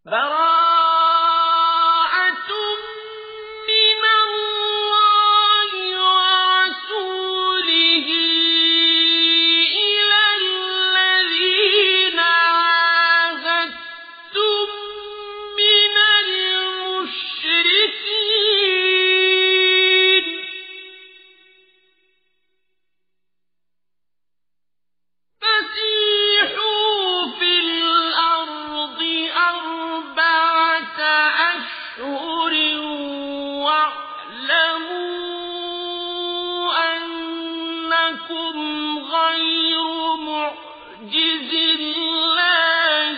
براءة من الله ورسوله إلى الذين عاهدتم من المشركين فسيحوا في الأرض أربعة أشهر واعلموا أنكم غير معجز الله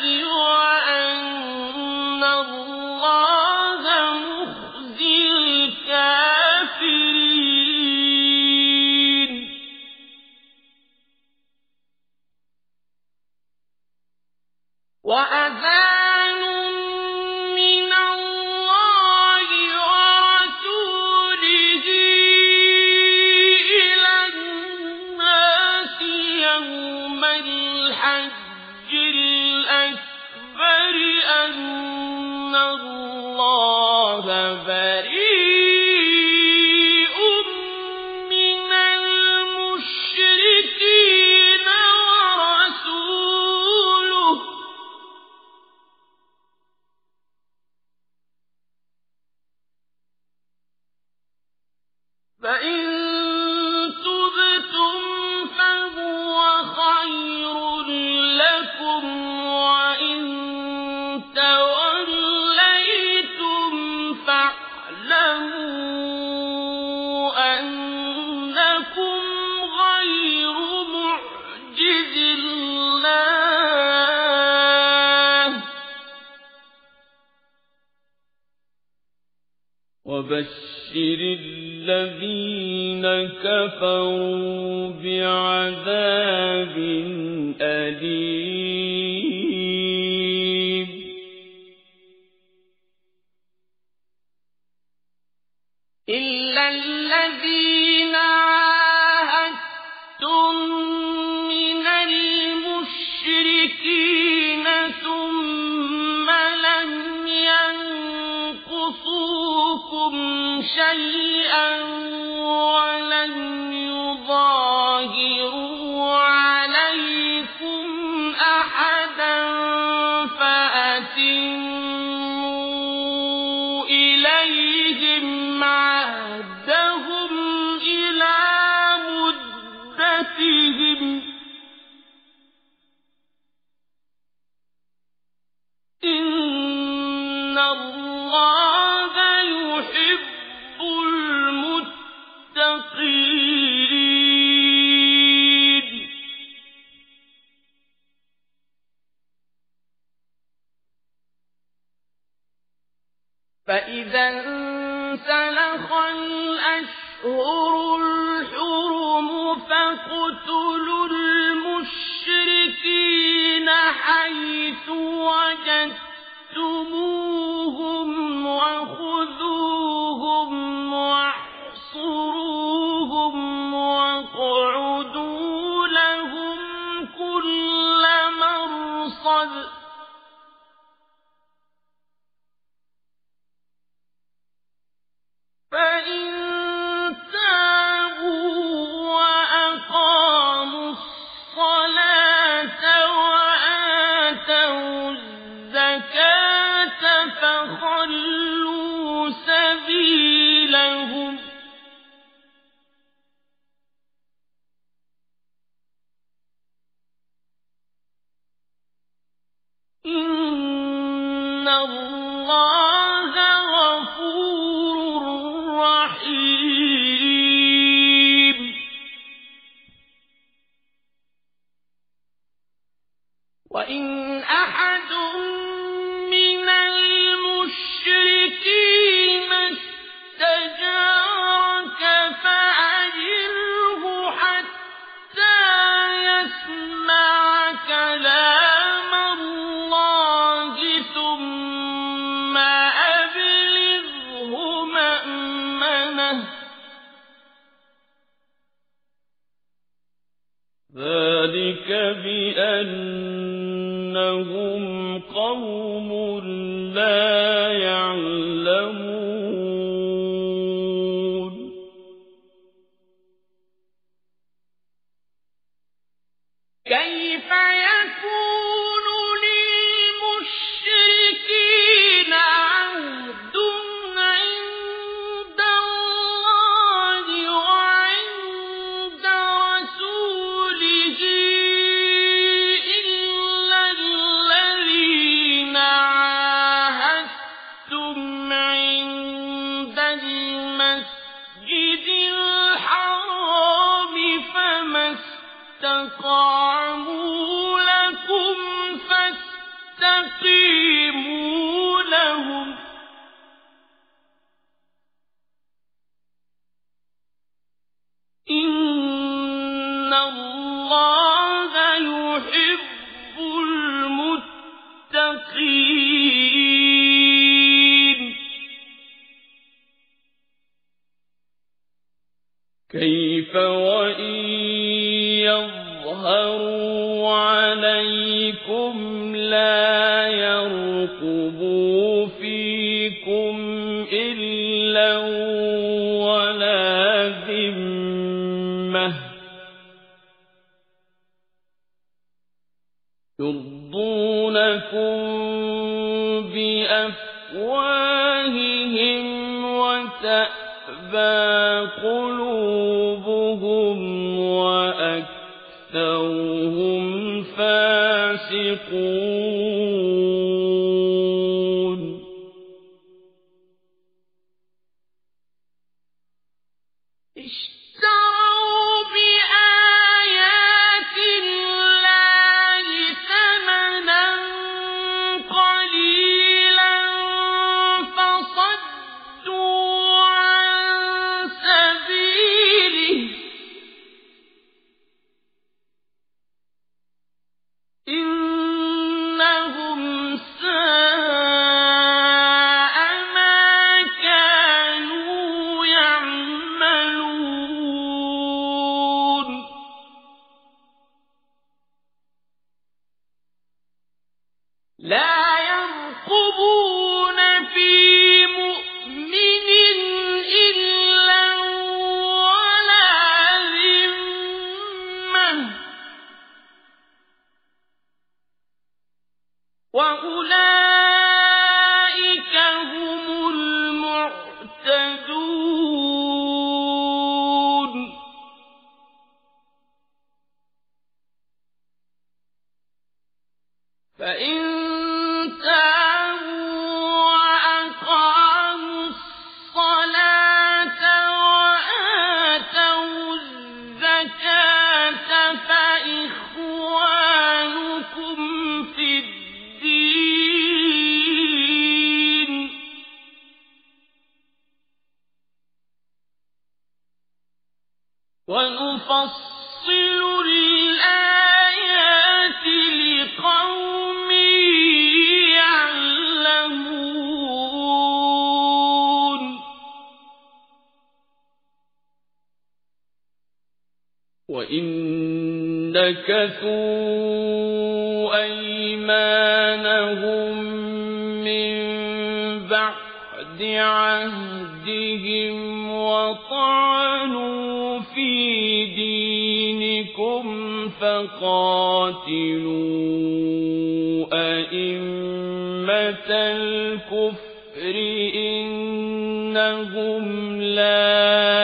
وأن الله مخزي الكافرين وأذان من الله ورسوله إلى الناس يوم الحج الأكبر أن الله بريء من المشركين ورسوله فإن تبتم فهو خير لكم وإن توليتم فاعلموا أنكم غير معجز الله وبشر الذين كفروا بعذاب أليم إلا الذين عاهدتم من المشركين ثم لم ينقصوكم شيئا ولن يظاهروا عليكم أحدا فأتموا إليهم عهدهم إلى مدتهم إن الله يحب المتقين فإذا انسلخ الأشهر الحرم فاقتلوا المشركين حيث وجدتموهم وخذوهم واحصروهم واقعدوا لهم كل مرصد فإن تابوا وأقاموا الصلاة وآتوا الزكاة فخلوا سبيلهم إن الله غفور رحيم وإن أحد من المشركين استجارك فأجره حتى يسمع كلام الله ثم وإن يظهروا عليكم لا يرقبوا فيكم إلا ولا ذمة يرضونكم بأفواههم وتأبى قلوبهم وأكثرهم فاسقون اشتروا بآيات الله ثمنا قليلا فصدوا عن سبيله إنهم ساء ما كانوا يعملون لا يرقبون في مؤمن إلا ولا ذمة وأولئك هم المعتدون فإن تابوا وأقاموا الصلاة وآتوا الزكاة فإخوانكم في الدين ونفصل الآيات لقوم يعلمون وإن نكثوا أيمانهم من بعد عهدهم وطعنوا في دينكم فقاتلوا أئمة الكفر إنهم لا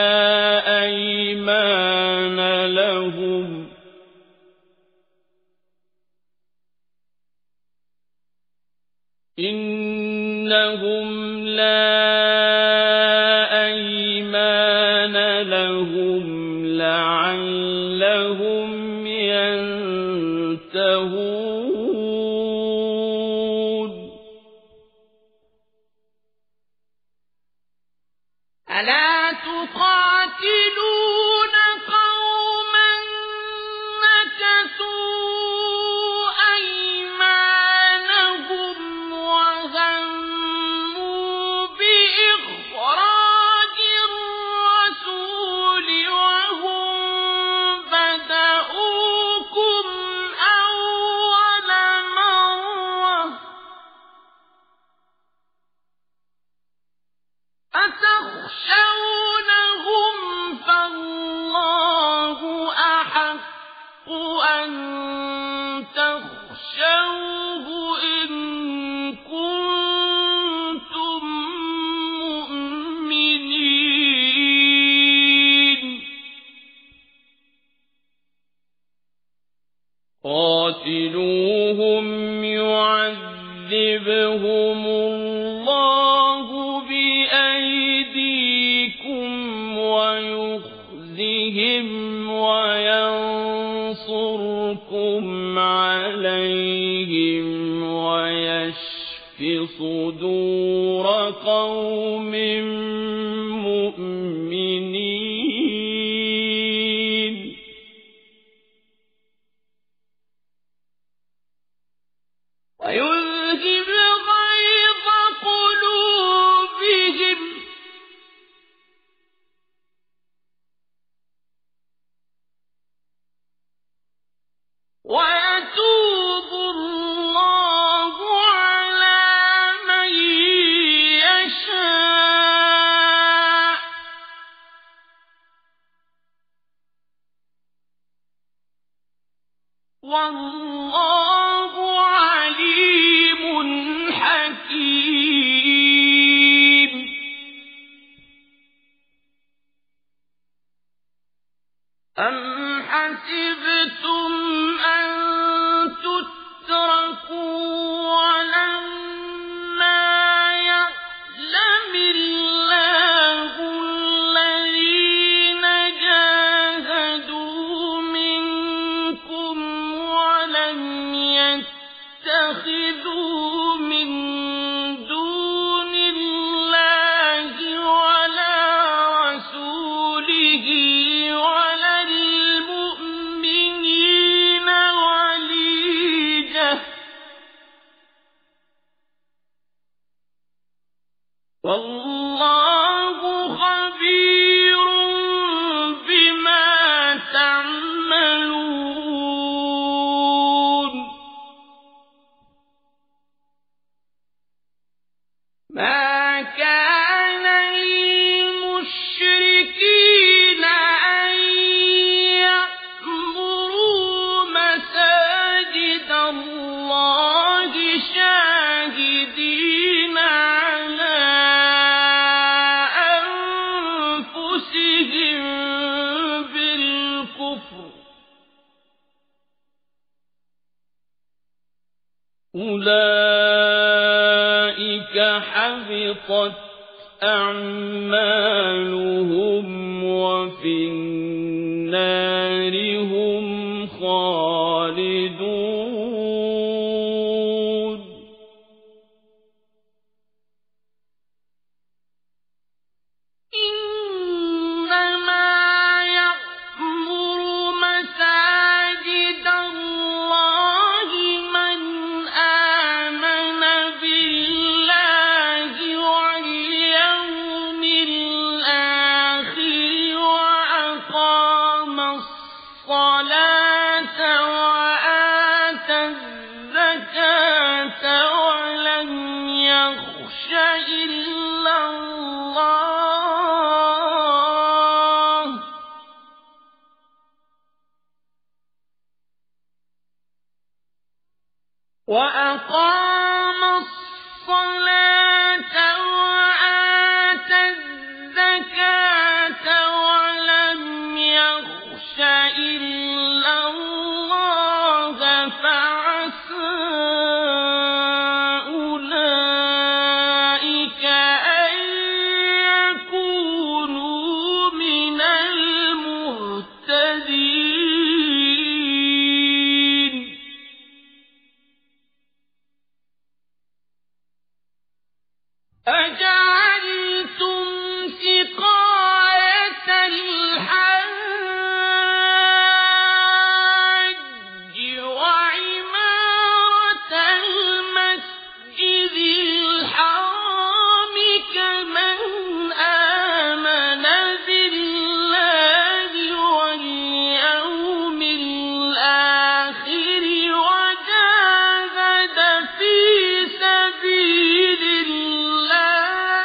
أيمان لهم لعلهم ينتهون ألا تقاتلون قوما نكثوا أيمانهم وهموا بإخراج الرسول وهم بدؤوكم أول مرة أتخشونهم فالله أحق أن تخشوه إن كنتم مؤمنين قاتلوهم يعذبهم الله بأيديكم ويخزهم وينصركم عليهم ويشف صدور قوم مؤمنين ويذهب غيظ قلوبهم والله خبير بما تعملون ما كان للمشركين أن يأمروا مساجد الله شاهدين على أنفسهم بالكفر أولئك حبطت أعمالهم وفي النار هم خالدون إنما يأمر مساجد الله من آمن بالله واليوم الآخر وأقام الصلاة وآتى الزكاة ولم يخش إلا الله وأقام الصلاة وآتى الزكاة ولم يخش إلا الله فعسى أولئك أن يكونوا من المهتدين أجعلتم سقاية الحاج وعمارة المسجد الحرام كمن آمن بالله واليوم الآخر وجاهد في سبيل الله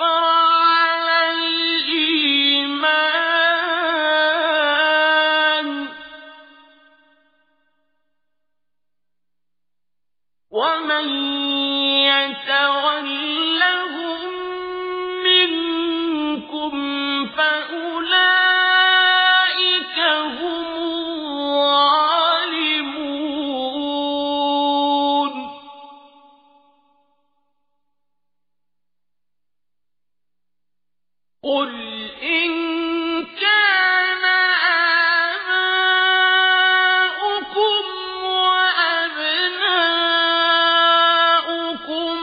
على الإيمان ومن يتولهم منكم فأولئك هم الظالمون قل إن كان آباؤكم وأبناؤكم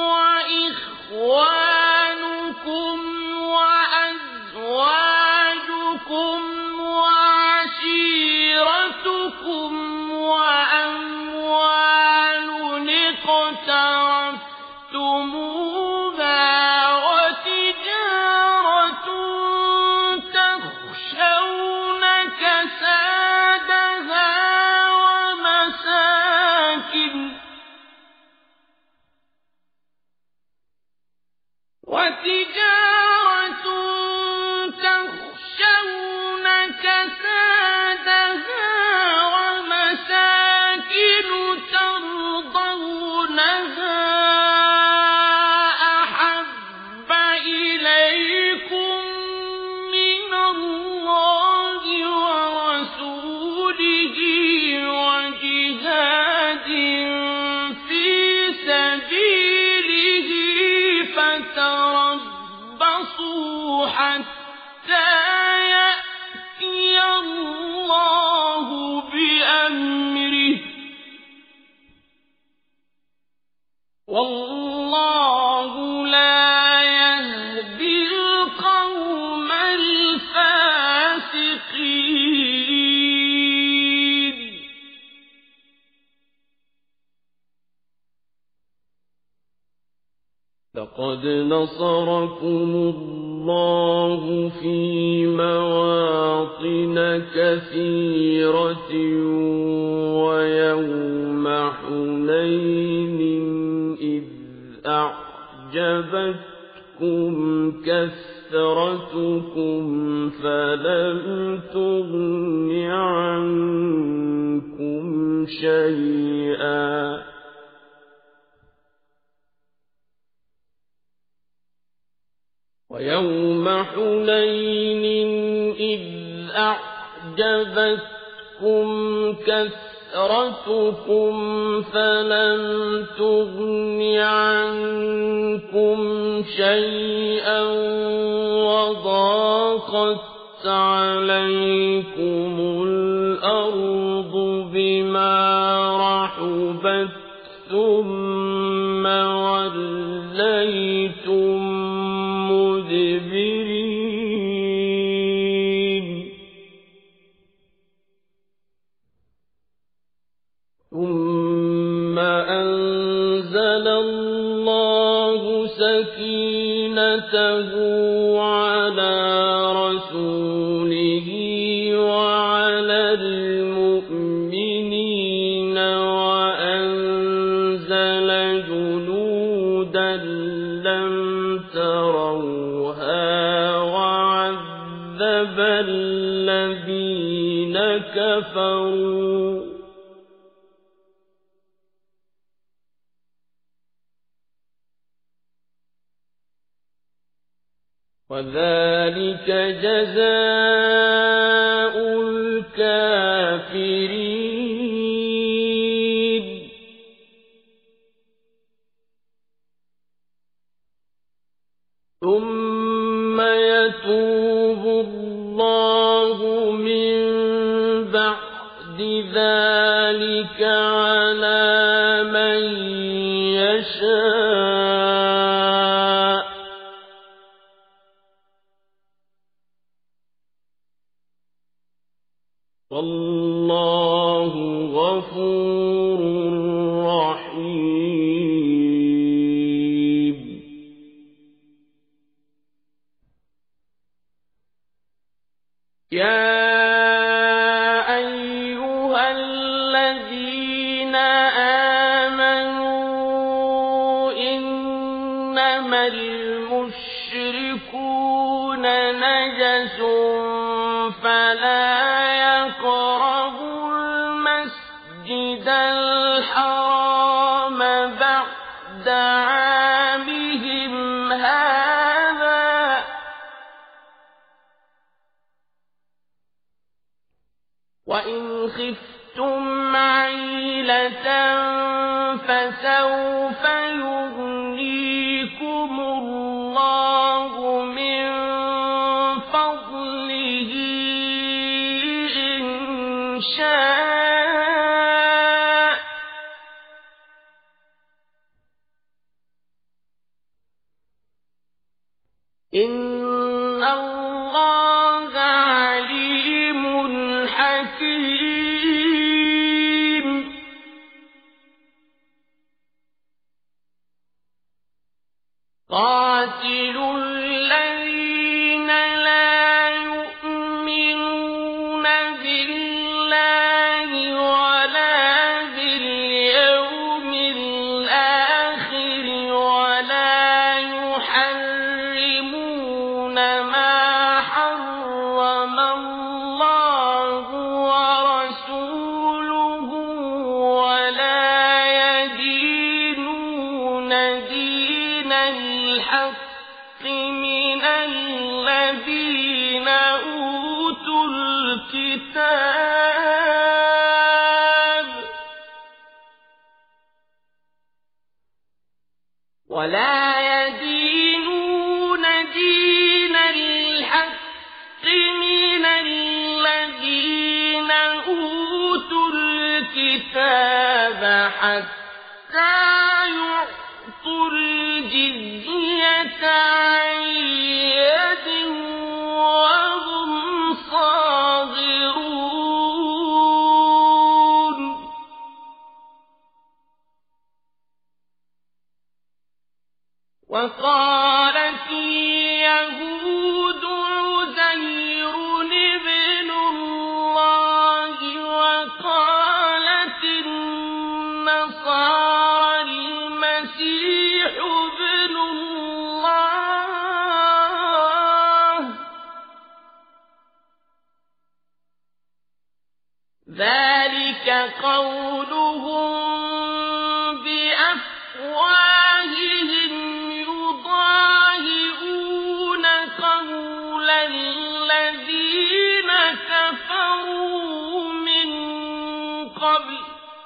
وإخوانكم وأزواجكم وعشيرتكم وأموال اقترفتموها وتجارة تخشون كسادها ومساكن ترضونها أحب إليكم من الله ورسوله وجهاد في سبيله فتربصوا حتى يأتي الله بأمره والله لا يهدي القوم الفاسقين لقد نصركم الله في مواطن كثيرة ويوم حنين إذ أعجبتكم كثرتكم فلم تغن عنكم شيئا ويوم حنين إذ أعجبتكم كثرتكم فلم تغن عنكم شيئا وضاقت عليكم الأرض بما رحبت ثم وليتم مدبرين ثم أنزل الله سكينته على رسوله وعلى المؤمنين وأنزل جنودا لم تروها وعذب الذين كفروا وذلك جزاء الكافرين ثم يتوب الله من بعد ذلك على من يشاء والله غفور رحيم يا أيها الذين آمنوا إنما المشركون المشركون نجس فلا يقربوا المسجد الحرام بعد عامهم هذا وإن خفتم عيلة فسوف يغنيكم الله من فضله إن شاء إن الله عليم حكيم قاتلوا الذين لا يؤمنون بالله ولا باليوم الآخر ولا يحرمون ما حرم الله ورسوله ولا يدينون دين الحق من الذين أوتوا الكتاب حتى يعطوا الجزية عن يد وهم صاغرون وقالت اليهود عزير ابن الله وقالت النصارى المسيح ابن الله ذلك قولهم بأفواههم يضاهئون قول الذين كفروا من قبل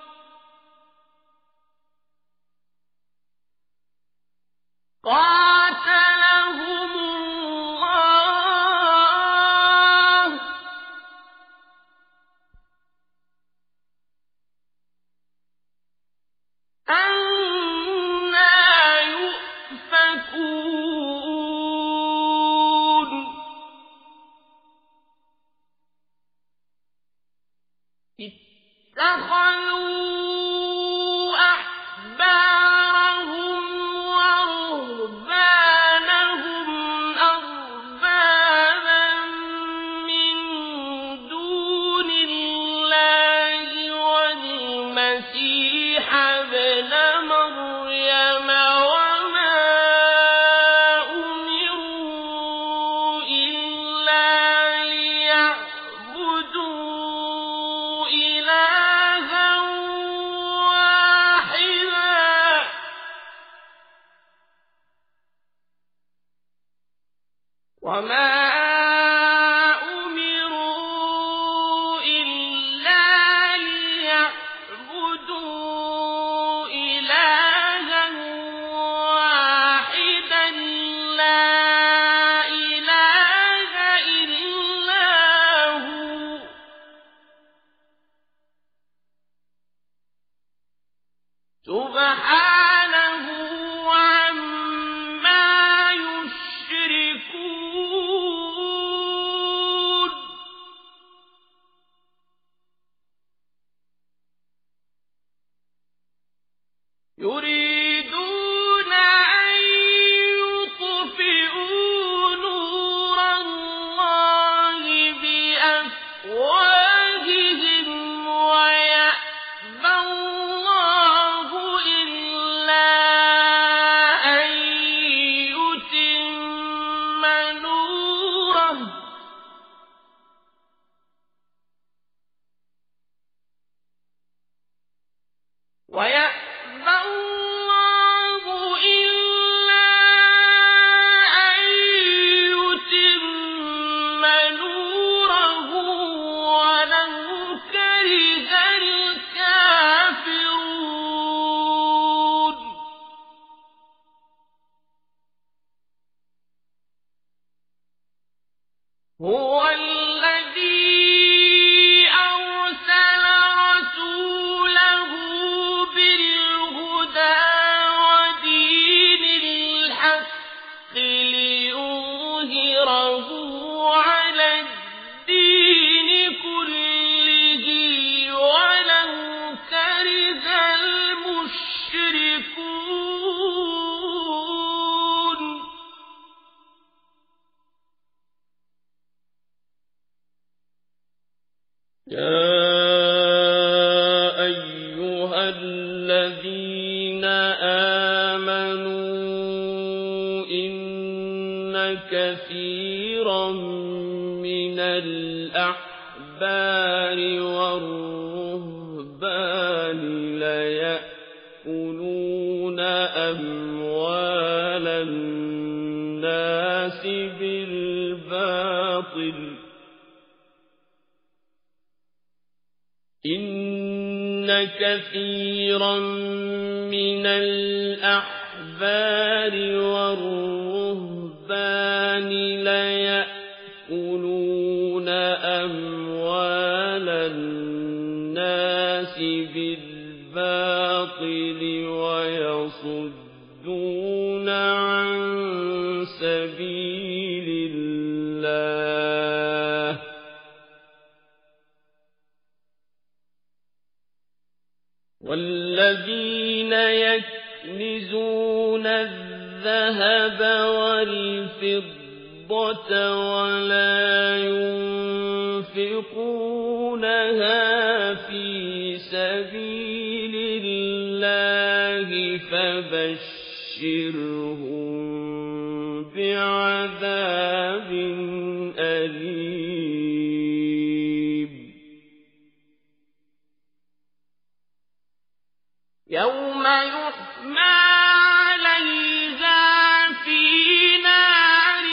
قاتلهم الله أنى يؤفكون اتخذوا أحبارهم ورهبانهم أربابا من دون الله والمسيح ابن مريم وما أمروا إلا ليعبدوا إلها واحدا وما أمروا إلا ليعبدوا إلها واحدا لا إله إلا هو سبحانه عما يشركون هو الذي أرسل رسوله بالهدى ودين الحق ليظهره على الدين كله ولو كره المشركون يا أيها الذين آمنوا إن كثيرا من الأحبار والرهبان ليأكلون أموال الناس بالباطل إن كثيرا من الأحبار والرهبان ليأكلون أموال الناس بالباطل ويصدون عن سبيل الله والذين يكنزون الذهب والفضة ولا ينفقونها في سبيل الله فبشرهم بعذاب أليم يوم يحمى عليها في نار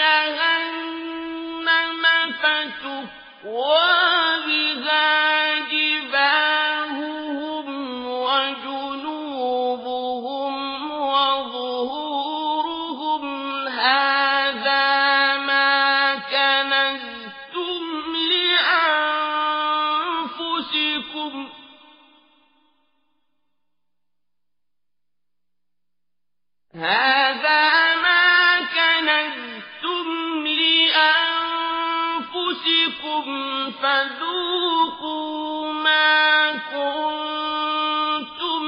جهنم فتكوى بها جباههم وجنوبهم وظهورهم هذا ما كنزتم لأنفسكم هذا ما كنزتم لأنفسكم فذوقوا ما كنتم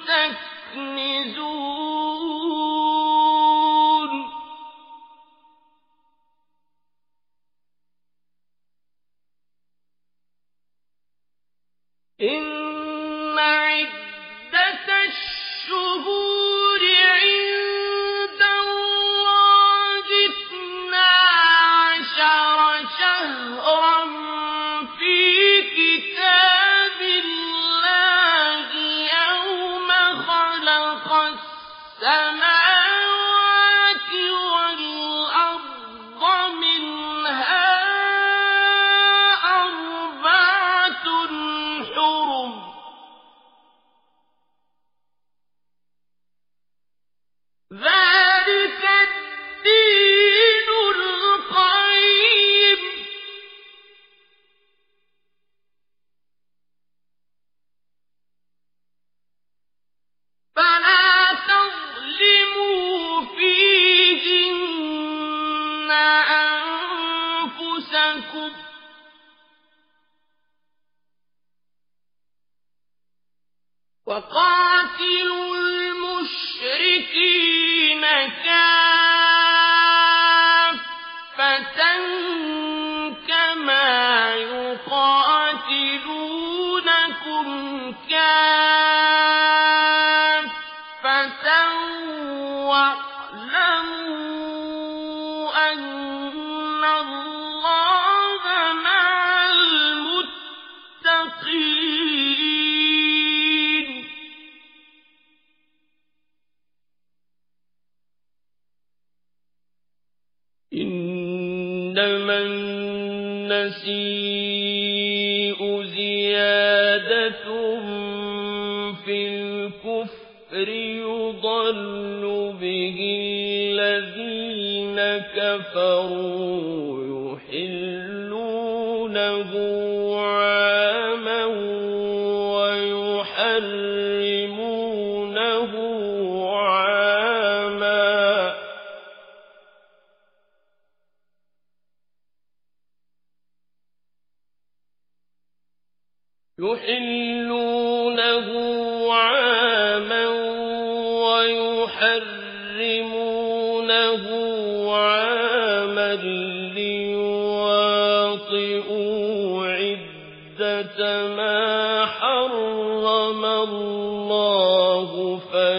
تكنزون إن عدة الشهور عند الله 12 شهرا في كتاب الله يوم خلق السماوات والأرض منها أربعة حرم ذلك الدين القيم فلا تظلموا فيهن أنفسكم وقاتلوا المشركين كافة كما يقاتلونكم كافة واعلموا أن الله مع المتقين إنما النسيء زيادة في الكفر يضل به الذين كفروا يحلونه عاما ويحرمونه عاما ليواطئوا عدة ما حرم الله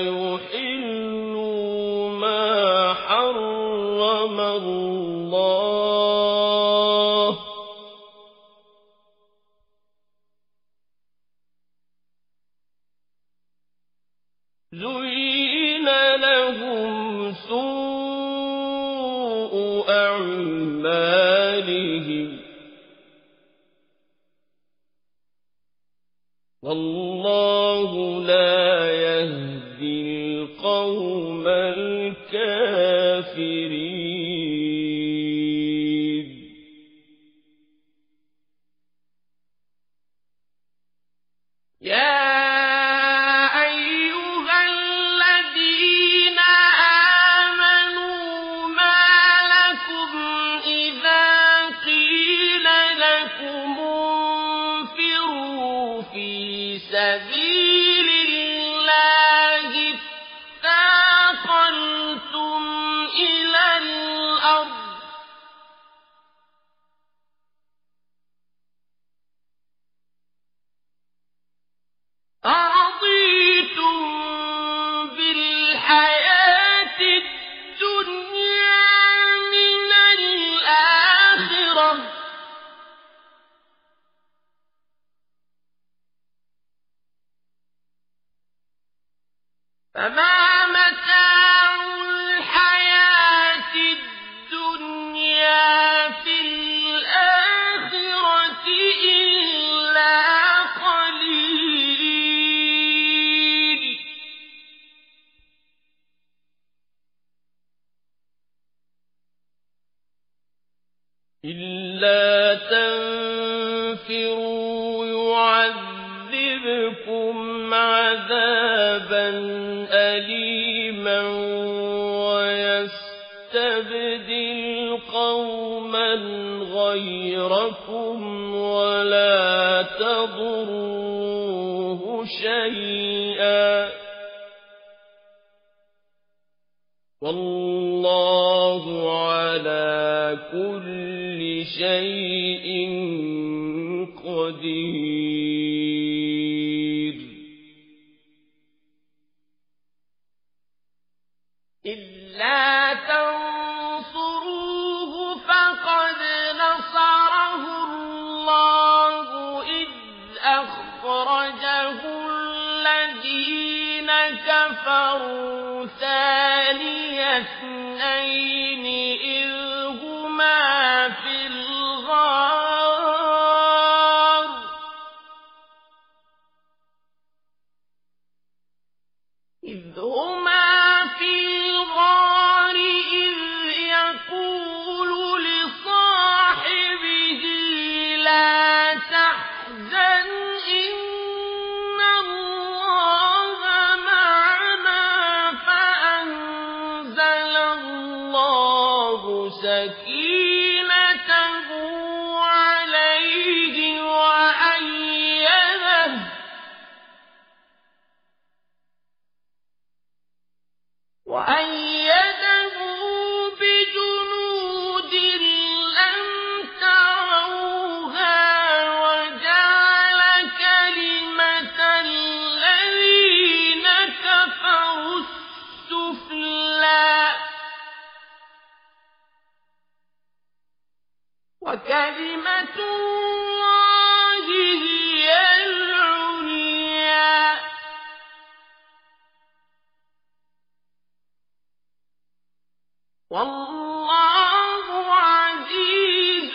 فيحلوا ما حرم الله زين لهم سوء أعمالهم والله لا يهدي القوم الكافرين يا سبيل الله اثاقلتم إلى الأرض أرضيتم بالحياة الدنيا من الآخرة فما متاع الحياة الدنيا في الآخرة إلا قليل إلا تنفروا يعذبكم عذابا أليما ويستبدل قوما غيركم ولا تضروه شيئا والله على كل شيء قدير إلا تنصروه فقد نصره الله إذ أخرجه الذين كفروا ثاني اثنين إذ هما في الغار إذ يقول لصاحبه لا تحزن إن الله معنا فأنزل الله سكينته عليه وأيده بجنود لم تروها وجعل كلمة الذين كفروا السفلى وكلمة الله هي العليا والله عزيز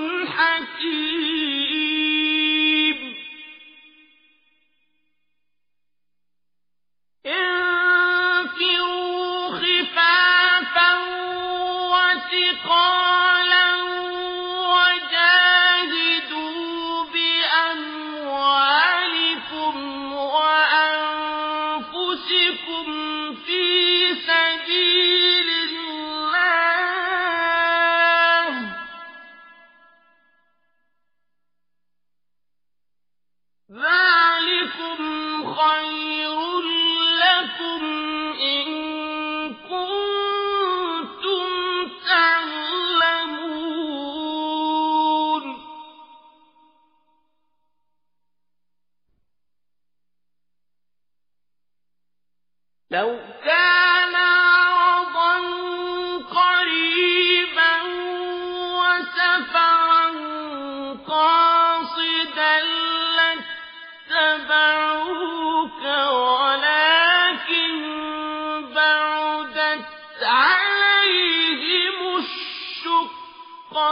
حكيم انفروا خفافا وثقالا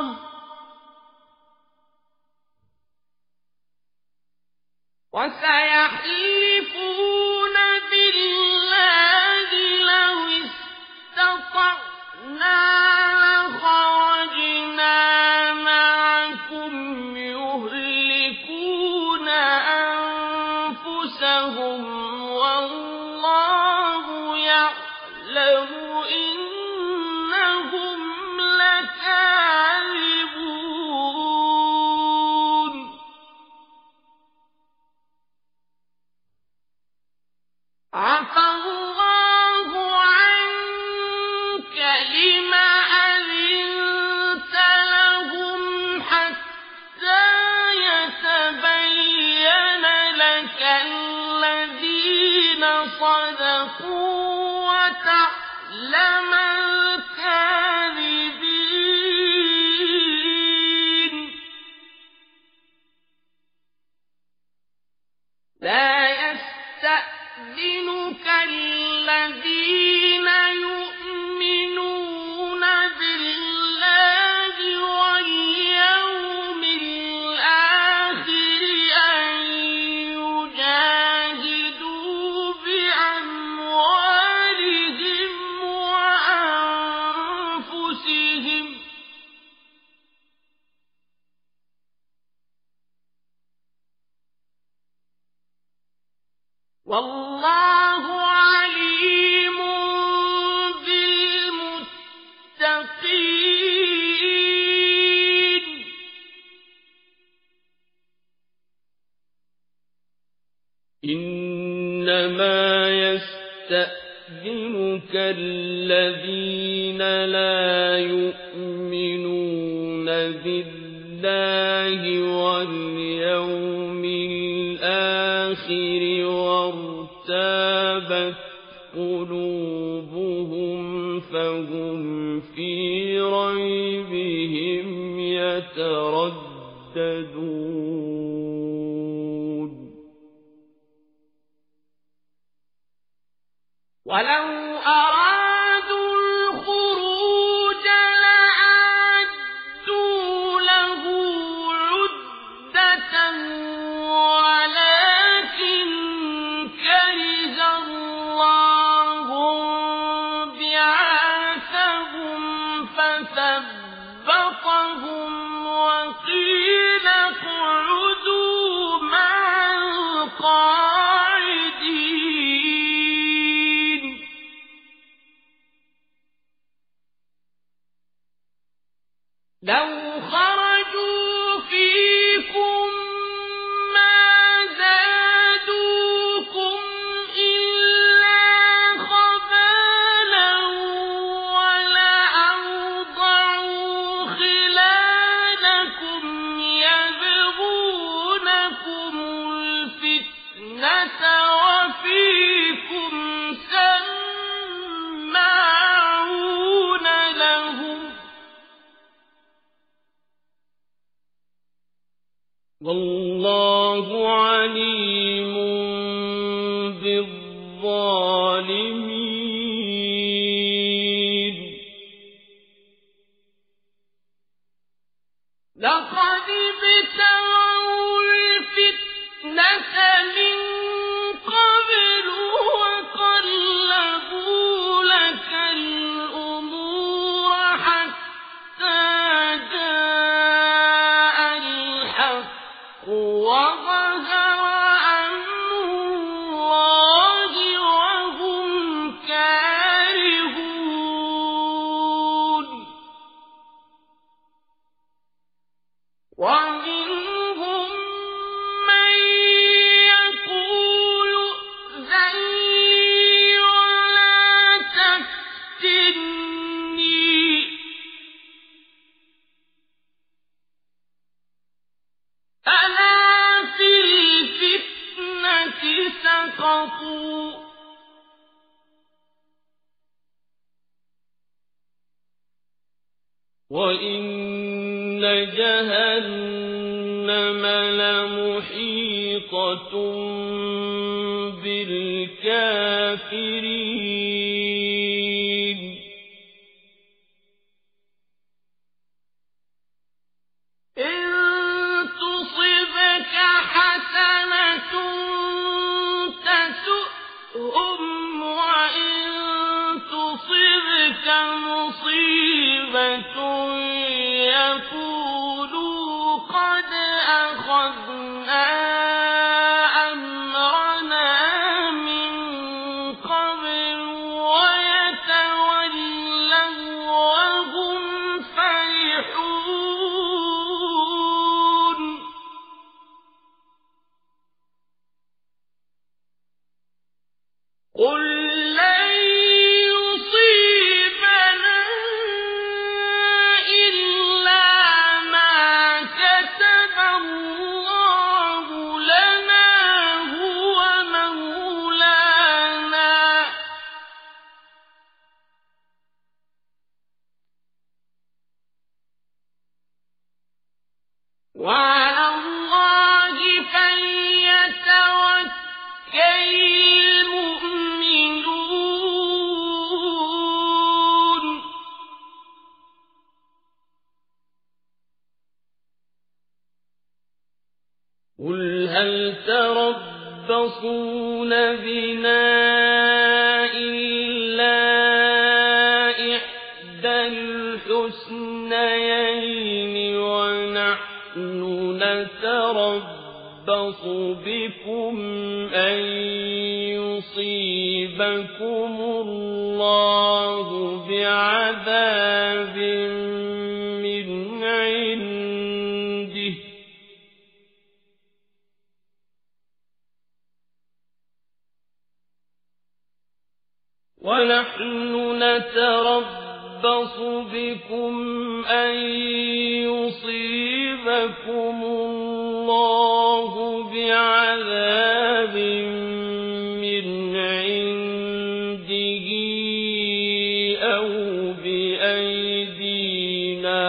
الله وسيحلفون بالله لو استطعنا لخرجنا معكم يهلكون أنفسهم والله يعلم إنهم لكاذبون عفى الله عنك لم أذنت لهم حتى يتبين لك الذين صدقوا وتعلم الكاذبين لا يستأذنك الذين يؤمنون بالله واليوم الآخر أن يجاهدوا بأموالهم وأنفسهم والله عليم بالمتقين إنما يستأذنك الذين لا يؤمنون بالله واليوم الآخر وارتابت قلوبهم فهم في ريبهم يترددون ولو أرادوا الخروج لأعدوا له عدة ولكن كره الله بعاثهم فثبطهم وقيل اقعدوا مع القاعدين لو خرجوا فيكم ما زادوكم إلا خبالا ولأوضعوا خلالكم يبغونكم الفتنة وفيكم سماعون لهم والله عليم بالظالمين لقد ابتغوا الفتنة من قبل وقلبوا لك الأمور حتى جاء الحق وظهر أمر الله وهم كارهون ومنهم من يقول ائذن لي ولا تفتني ألا في الفتنة سقطوا وإن جهنم لمحيطة بالكافرين. يقولوا قد أخذنا أمرنا من قبل ويتولوا وهم فرحون قل لن يصيبنا إلا ما كتب الله لنا هو مولانا وعلى الله فليتوكل المؤمنون قل هل تربصون بنا إلا إحدى الحسنيين ونحن نتربص بكم أن يصيبكم الله بعذاب من عنده ونحن نتربص بكم أن يصيبكم الله بعذاب من عنده أو بأيدينا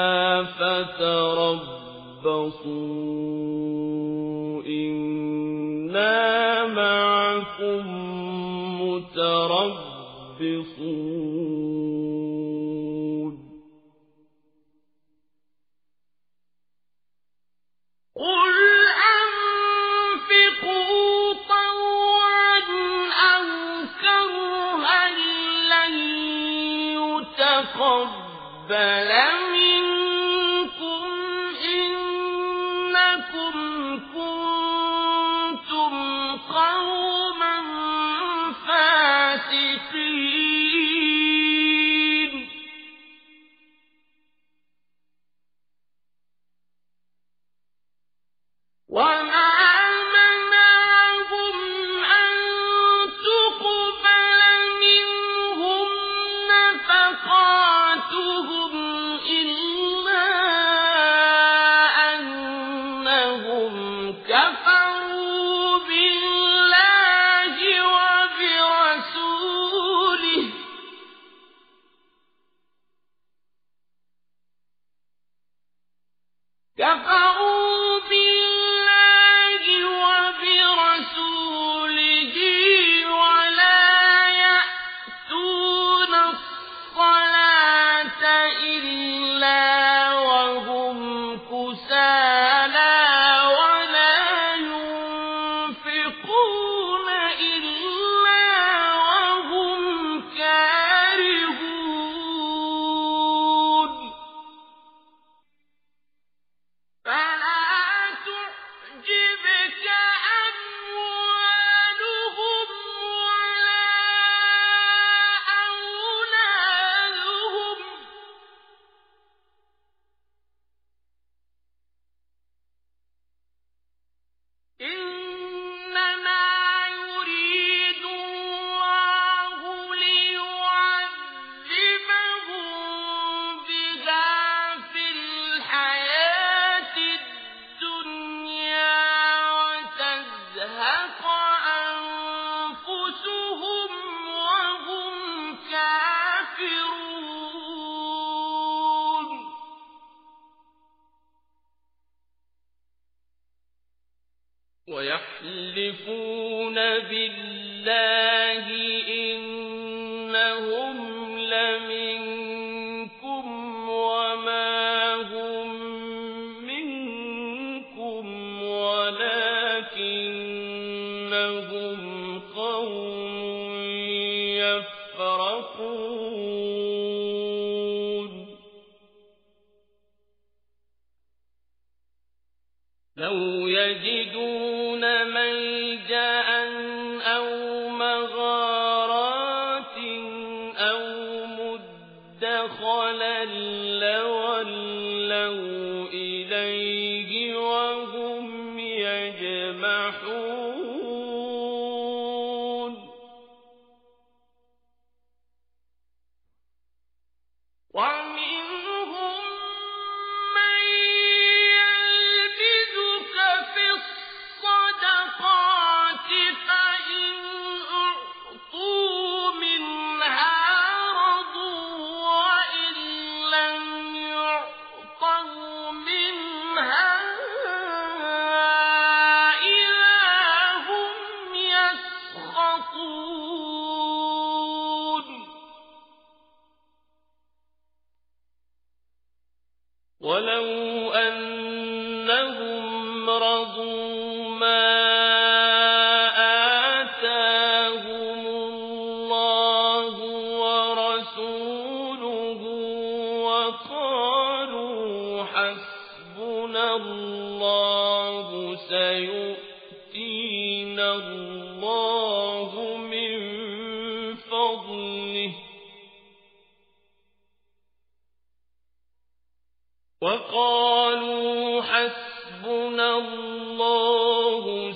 فتربصوا إنا معكم متربصون قل أنفقوا طوعا أو كرها لن يتقبل منكم إنكم كنتم قوما فاسقين وما منعهم أن تقبل منهم نفقاتهم إلا أنهم كفروا بالله وبرسوله ولا يأتون الصلاة إلا وهم كسالى ولا ينفقون إلا وهم كارهون فلا تعجبك أموالهم ولا أولادهم إنما يريد الله ليعذبهم بها في الحياة الدنيا وتزهق أنفسهم وهم كافرون ويحلفون بالله إنهم لمنكم وما هم منكم ولكنهم قوم يفرقون لو يجدون ملجأ أو مغارات أو مدخلا لولوا إليه وهم يجمحون ومنهم من يلمزك في الصدقات فإن أعطوا منها رضوا وإن لم يعطوا منها إذا هم يسخطون ولو أنهم رضوا ما آتاهم الله ورسوله وقالوا حسبنا الله سيؤتينا الله من فضله وقالوا حسبنا الله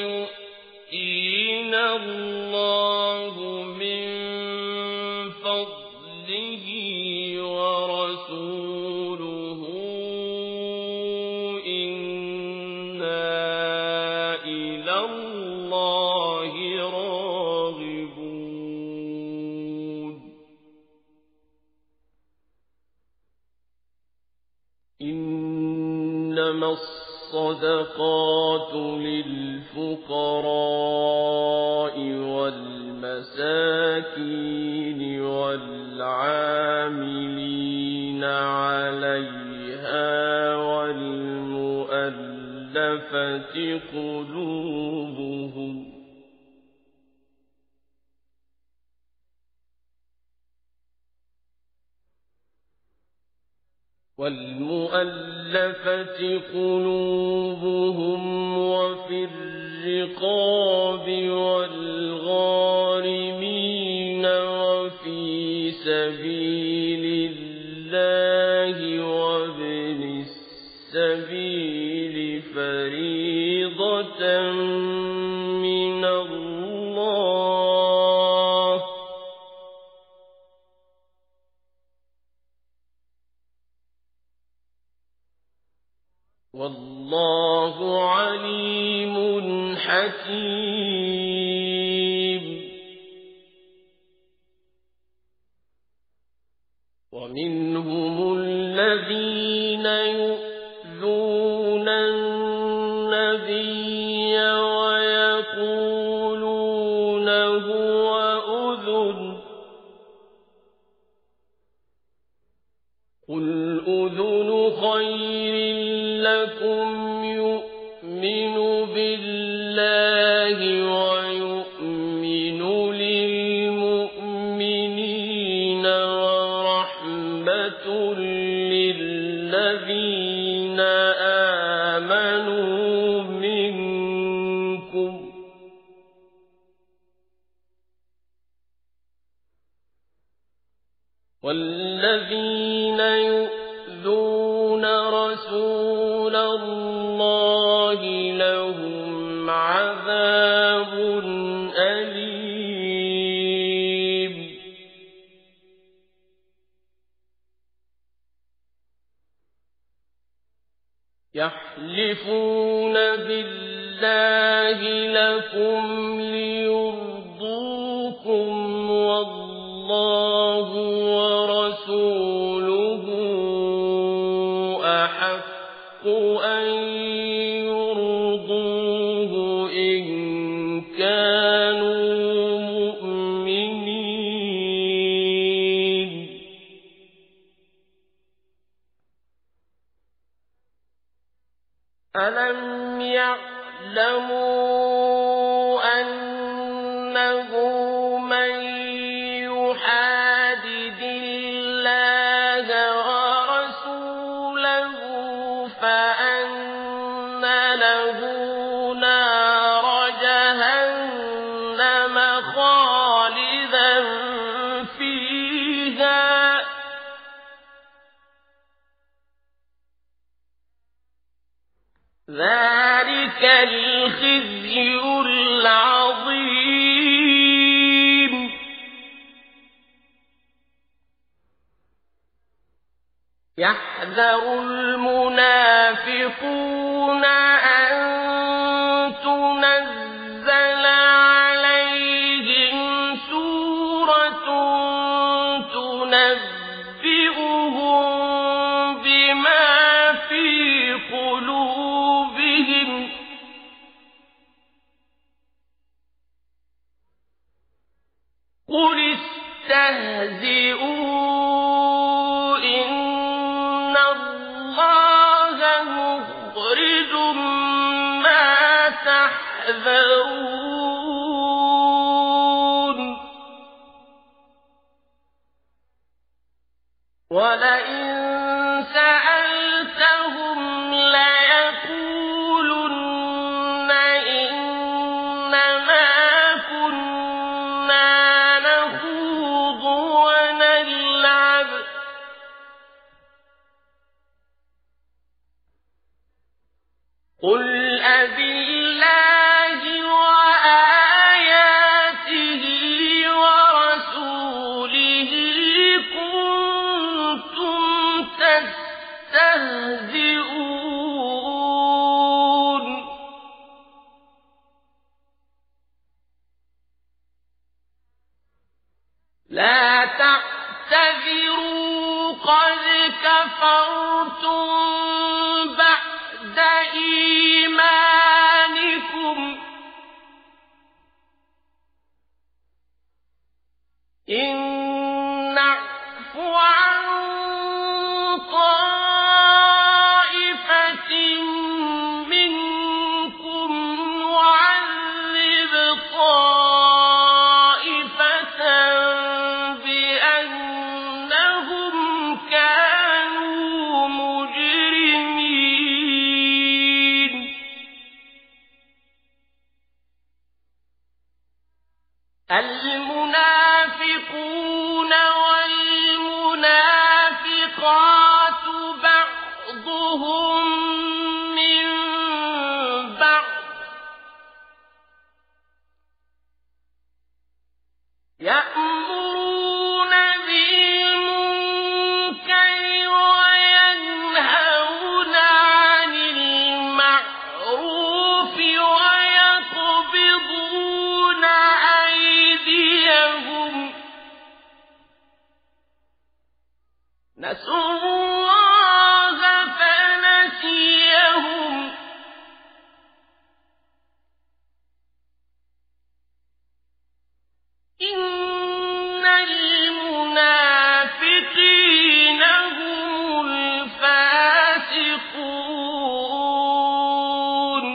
سيؤتينا الله من فضله ورسوله إنا إلى الله راغبون إنما الصدقات للفقراء والمساكين والعاملين عليها والمؤلفة قلوبهم وفي الرقاب والغارمين وفي سبيل الله وابن السبيل فريضة من الله والله عليم حكيم ومنهم الذين يؤذون النبي ويقولون هو أذن قل أذن خير لكم يؤمن بالله ويؤمن للمؤمنين ورحمة للذين آمنوا منكم والذين يؤذون رسول الله لهم عذاب أليم يحلفون بالله لكم ليرضوكم والله ورسوله أحق أن يرضوه إن كانوا مؤمنين ألم يعلموا أنه من يحادد الله ورسوله فأن ذلك الخزي العظيم يحذر المنافقون أن تنزل عليهم سورة تنبئهم بما في قلوبهم قل استهزئوا إن الله مخرج ما تحذرون ولئن سألتهم ليقولن إنما كنا نخوض ونلعب قل أبالله وآياته ورسوله كنتم تستهزئون لا تعتذروا قد كفرتم بعد إيمانكم إن نعف عن طائفة منكم نعذب طائفة بأنهم كانوا مجرمين المنافقون والمنافقات بعضهم من بعض يأمرون بالمنكر وينهون عن المعروف ويقبضون أيديهم نسوا الله فنسيهم إن المنافقين هم الفاسقون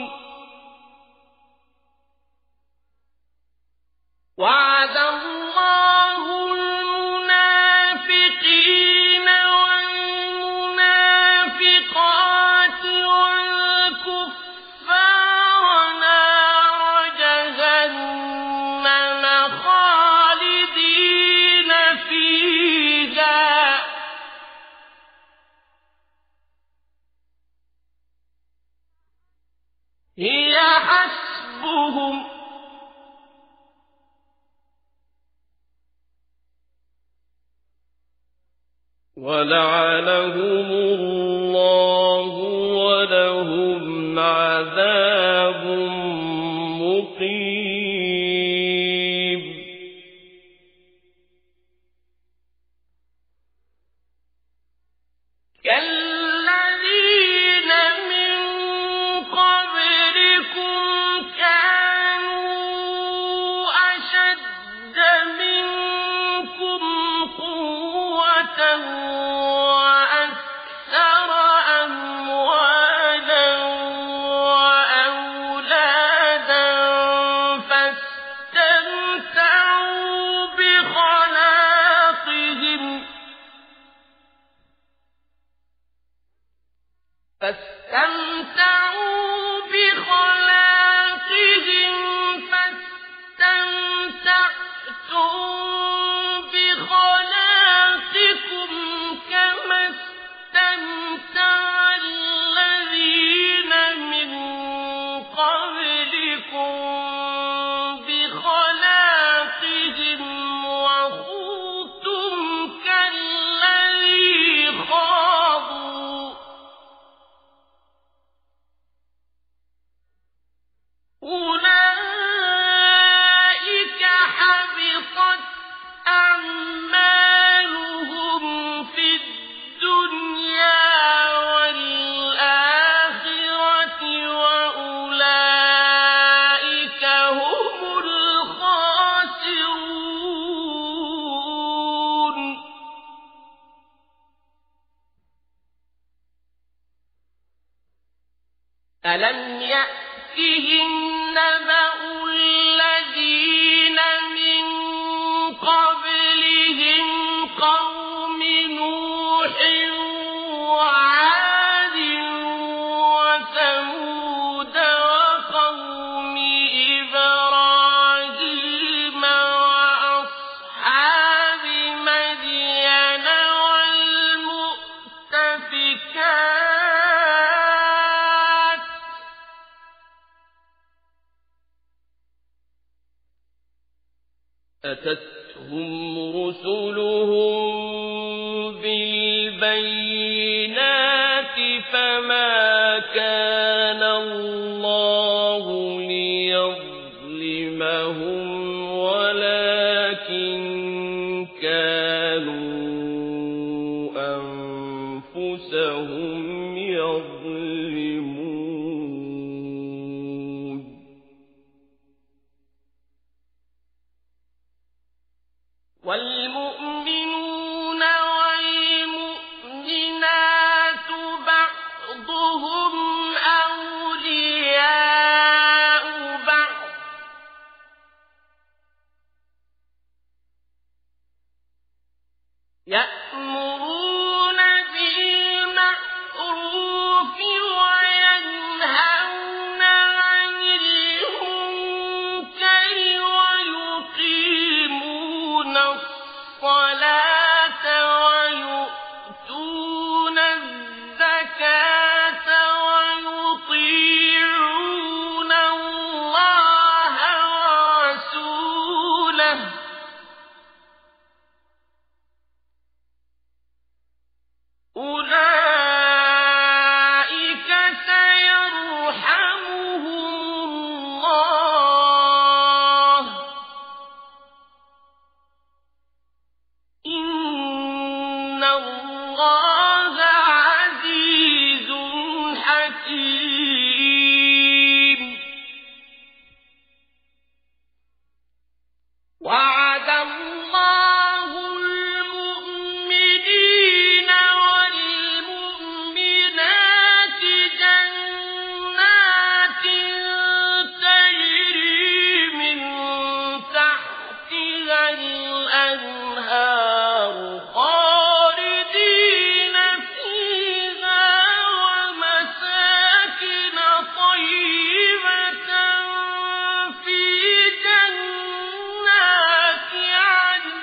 وعد الله المنافقين والمنافقات والكفار نار جهنم خالدين فيها هي حسبهم ولعنهم الله ولهم عذاب مقيم كالذين من قبلكم كانوا أشد منكم قوة وأكثر أموالا وأولادا فاستمتعوا بخلاقهم فاستمتعتم بخلاقكم كما استمتع الذين من ألم يأتهم نبأ الذين من قبلهم قوم نوح وعاد وثمود وقوم إبراهيم وأصحاب مدين والمؤتفكات أتتهم رسلهم بالبينات فما كان الله ليظلمهم ولكن كانوا أنفسهم يظلمون والمؤمنون والمؤمنات بعضهم أولياء بعض يأمرون بالمعروف وينهون عن المنكر ويقيمون الصلاة ويؤتون الزكاة ويطيعون الله ورسوله أولئك سيرحمهم الله إن الله عزيز حكيم وعد الله المؤمنين والمؤمنات جنات تجري من تحتها الأنهار خالدين فيها ومساكن طيبة في جنات عدن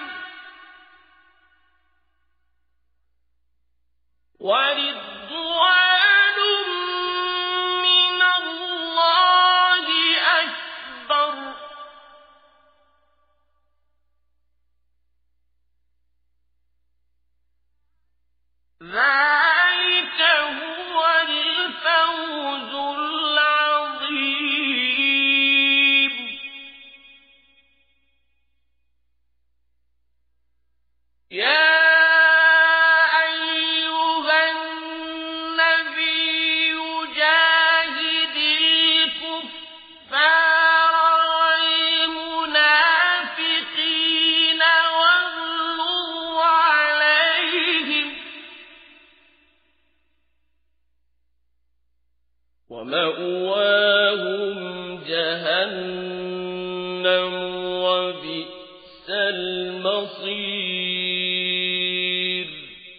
ورضوان من الله أكبر ذلك هو الفوز العظيم يا أيها النبي جاهد الكفار والمنافقين واغلظ عليهم ومأواهم جهنم وبئس المصير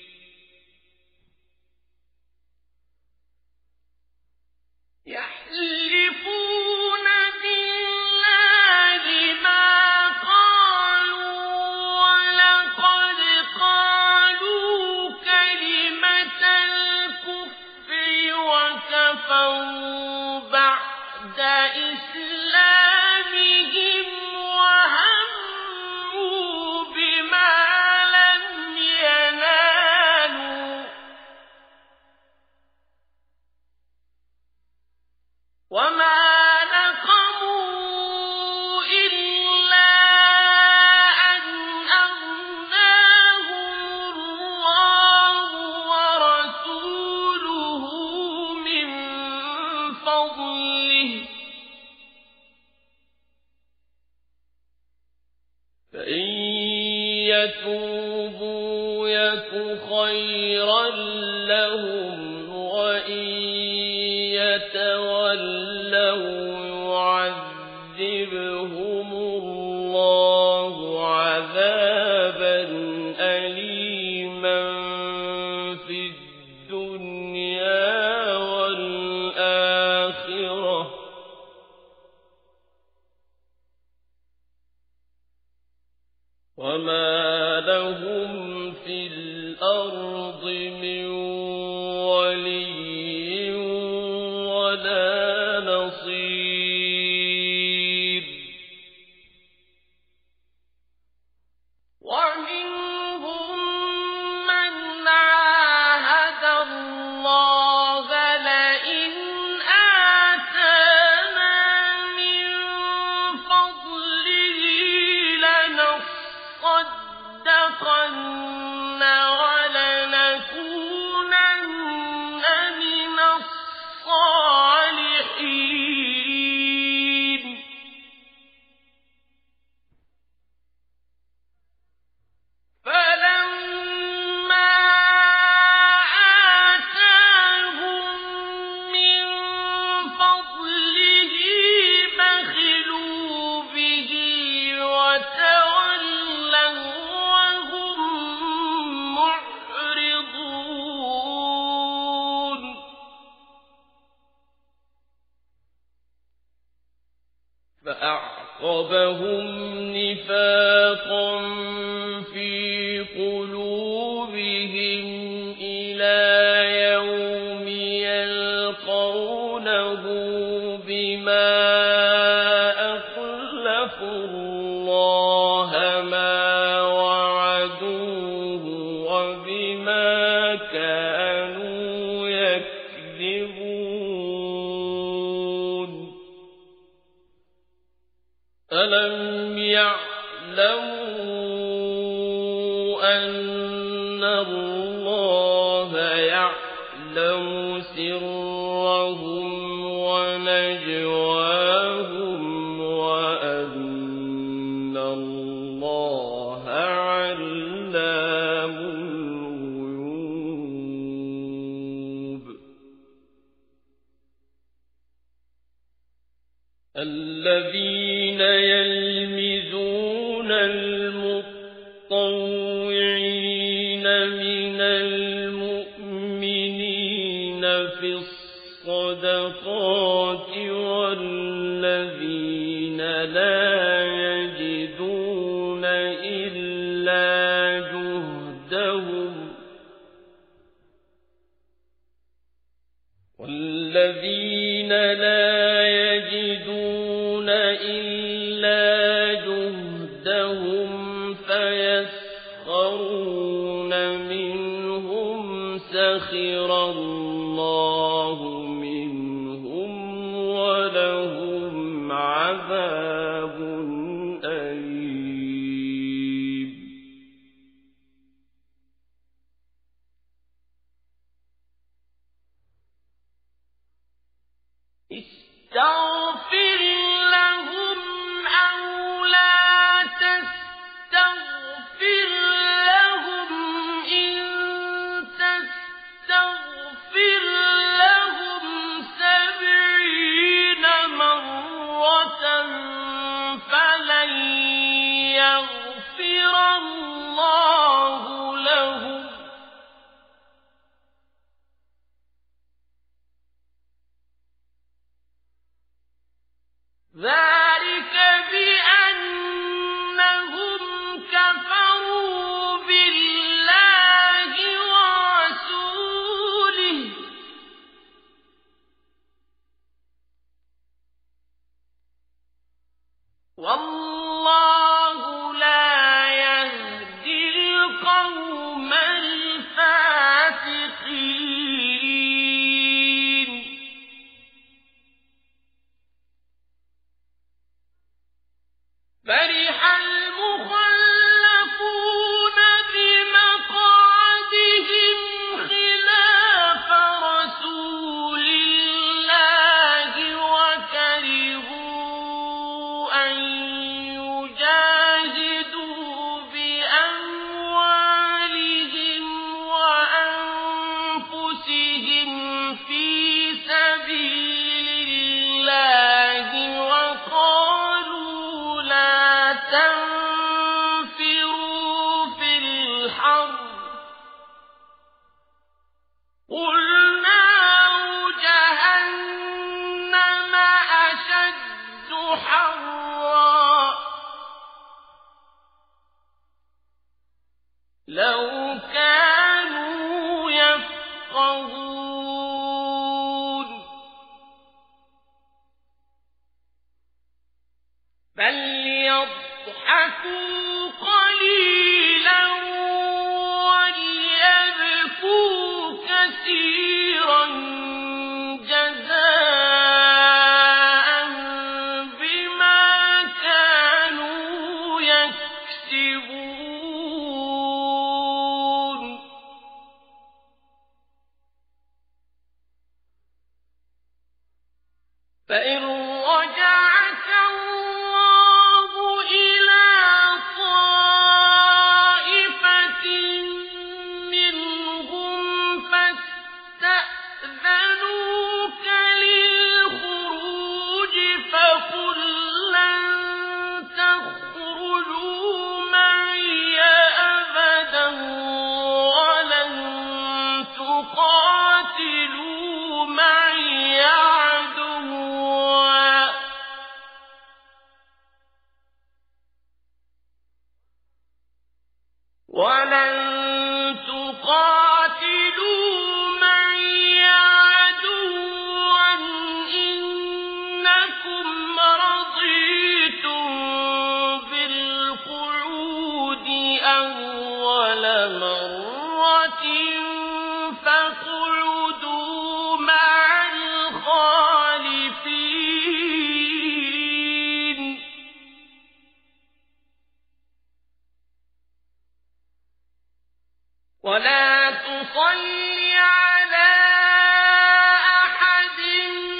يحلفون بالله ما قالوا ولقد قالوا كلمة الكفر وكفروا بعد إسلامهم وهموا بما لم ينالوا وما نقموا إلا أن أغناهم الله ورسوله من فضله فإن يتوبوا يك خيرا لهم وإن يتولوا يعذبهم الله عذابا أليما في الدنيا والآخرة وما لهم في الأرض من ولي ولا نصير ومنهم من عاهد الله لئن آتانا من فضله لنصدقن ولنكونن من الصالحين فلما آتاهم من فضله بخلوا به وتولوا وهم معرضون فأعقبهم نفاقا في قلوبهم إلى يوم يلقونه بما أخلفوا الله ما وعدوه وبما كانوا يكذبون ألم يعلموا أن الله يعلم سرهم ونجواهم وأن الله علام الغيوب الذين يلمزون المطوعين من المؤمنين في الصدقات والذين لا يجدون إلا جهدهم فيسخرون منهم سخر الله منهم ولهم عذاب أليم استغفر لهم أو لا تستغفر لهم إن تستغفر لهم 70 مرة فلن يغفر الله لهم ذلك بأنهم كفروا بالله ورسوله والله لا يهدي القوم الفاسقين. ليضحكوا قليلا وليبكوا كثيرا جزاء بما كانوا يكسبون فإن رجعك الله إلى طائفة منهم فاستأذنوك للخروج فقل لن تخرجوا معي أبدا ولن تقاتلوا معي عدوا إنكم رضيتم بالقعود أول مرة فاقعدوا مع الخالفين ولا تصل على أحد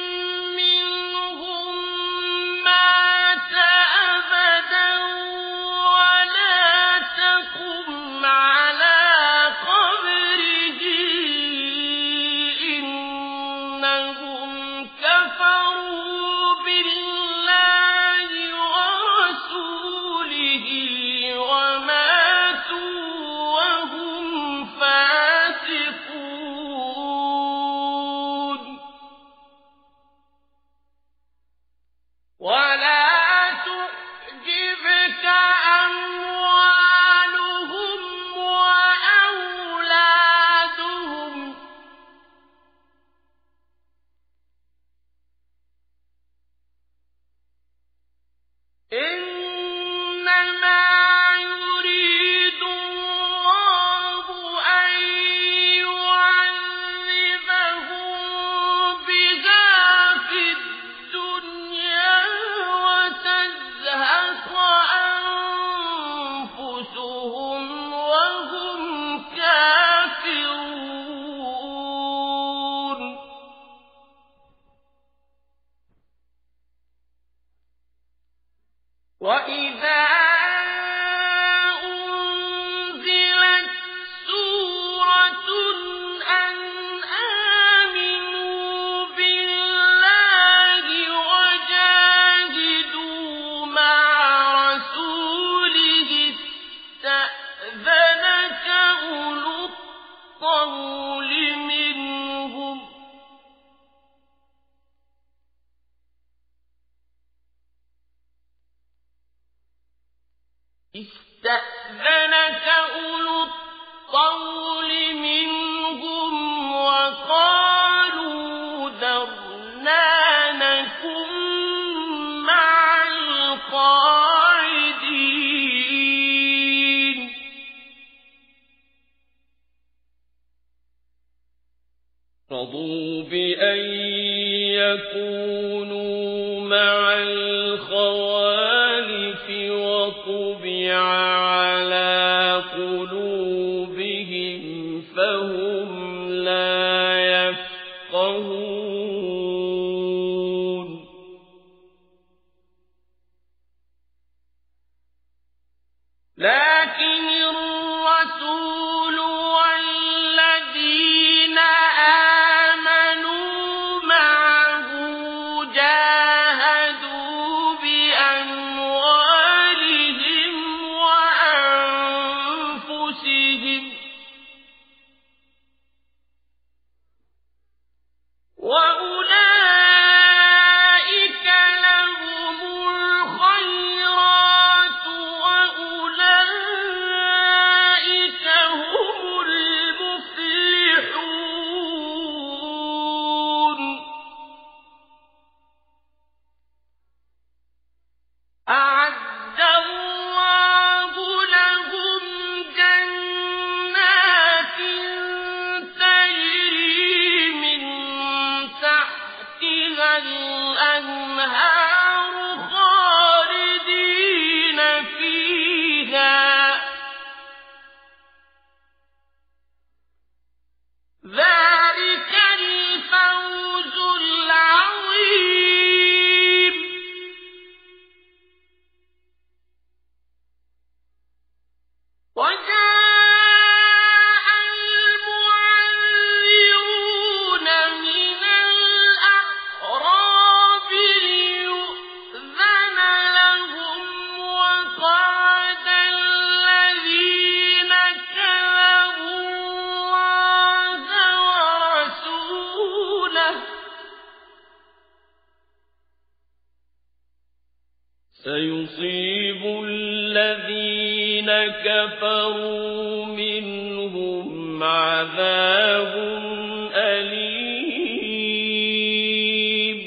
منهم مات أبدا ولا تقم على قبره إنهم كفروا بالله ورسوله وماتوا وهم فاسقون ولا تعجبك أموالهم وأولادهم إنما يريد الله أن يعذبهم بها في الدنيا وتزهق أنفسهم وهم كافرون وإذا أنزلت سورة أن آمنوا بالله وجاهدوا مع رسوله استأذنك أولو الطول منهم وقالوا ذرنا نكن مع القاعدين رضوا بأن يكونوا مع الخوالف وطبع على قلوبهم فهم لا يفقهون لكن الرسول والذين آمنوا معه جاهدوا سيصيب الذين كفروا منهم عذاب أليم.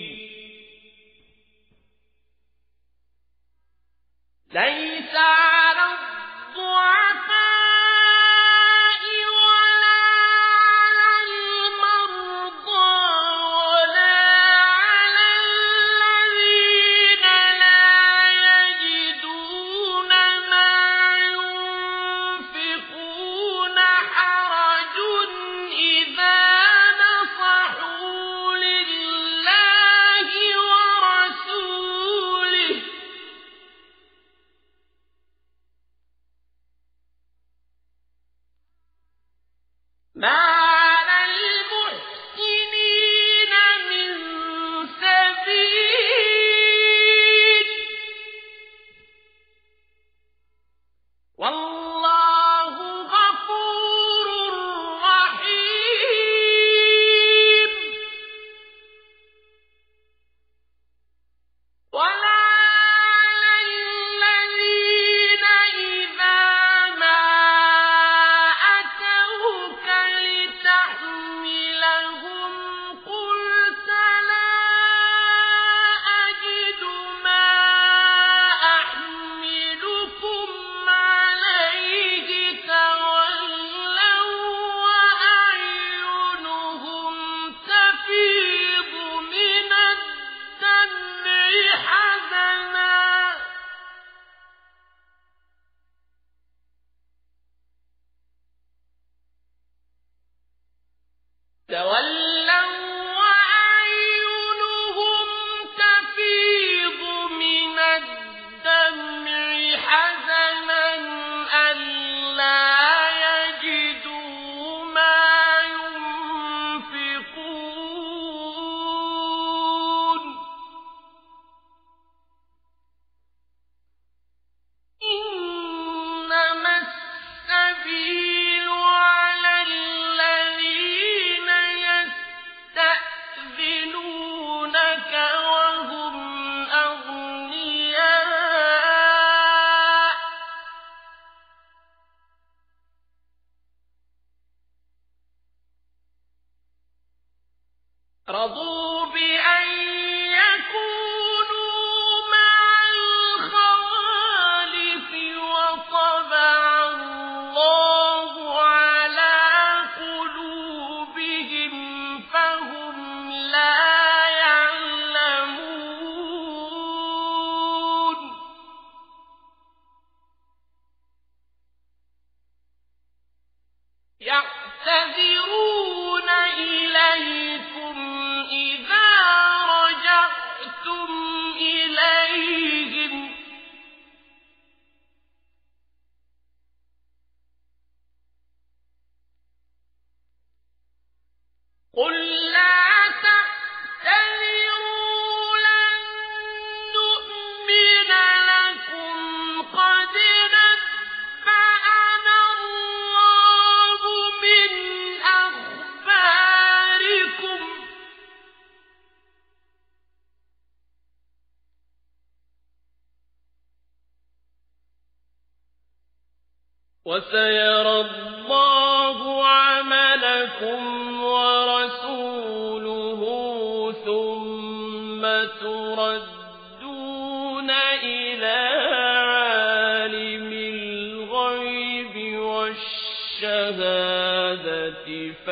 ليس على الضعفاء ولا على المرضى ولا على الذين لا يجدون ما ينفقون حرج إذا نصحوا لله ورسوله ما على المحسنين من سبيل والله غفور رحيم. ولا على الذين إذا ما أتوك لتحملهم قلت لا أجد ما أحملكم عليه تولوا وأعينهم تفيض من الدمع حزنا ألا يجدوا ما ينفقون. إنما السبيل على الذين يستأذنونك وهم أغنياء رضوا بأن يكونوا مع الخوالف وطبع الله على قلوبهم فهم لا يعلمون. يعتذرون إليكم إذا رجعتم إليهم قل لا تعتذروا لن نؤمن لكم قد نبأنا الله من أخباركم وسيرى الله عملكم ورسوله ثم تردون إلى عالم الغيب والشهادة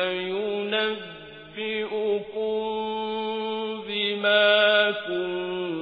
فينبئكم بما كنتم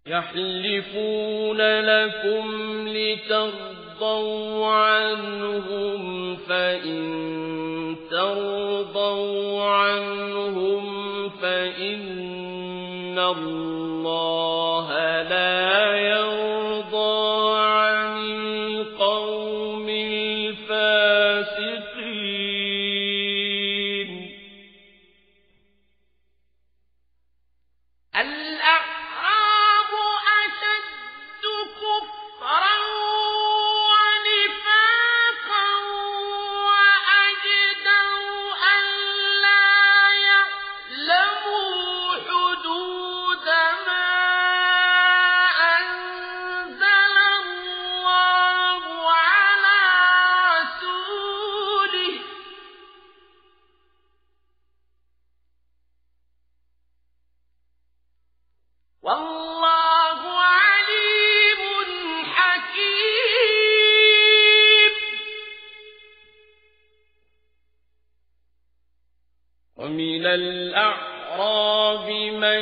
يحلفون لكم لترضوا عنهم فإن ترضوا عنهم فإن الله لا يرضى عن القوم الفاسقين. الأعراب أشد كفرا ونفاقا وأجدر ألا يعلموا حدود ما أنزل الله على رسوله والله عليم حكيم. ومن الأعراب من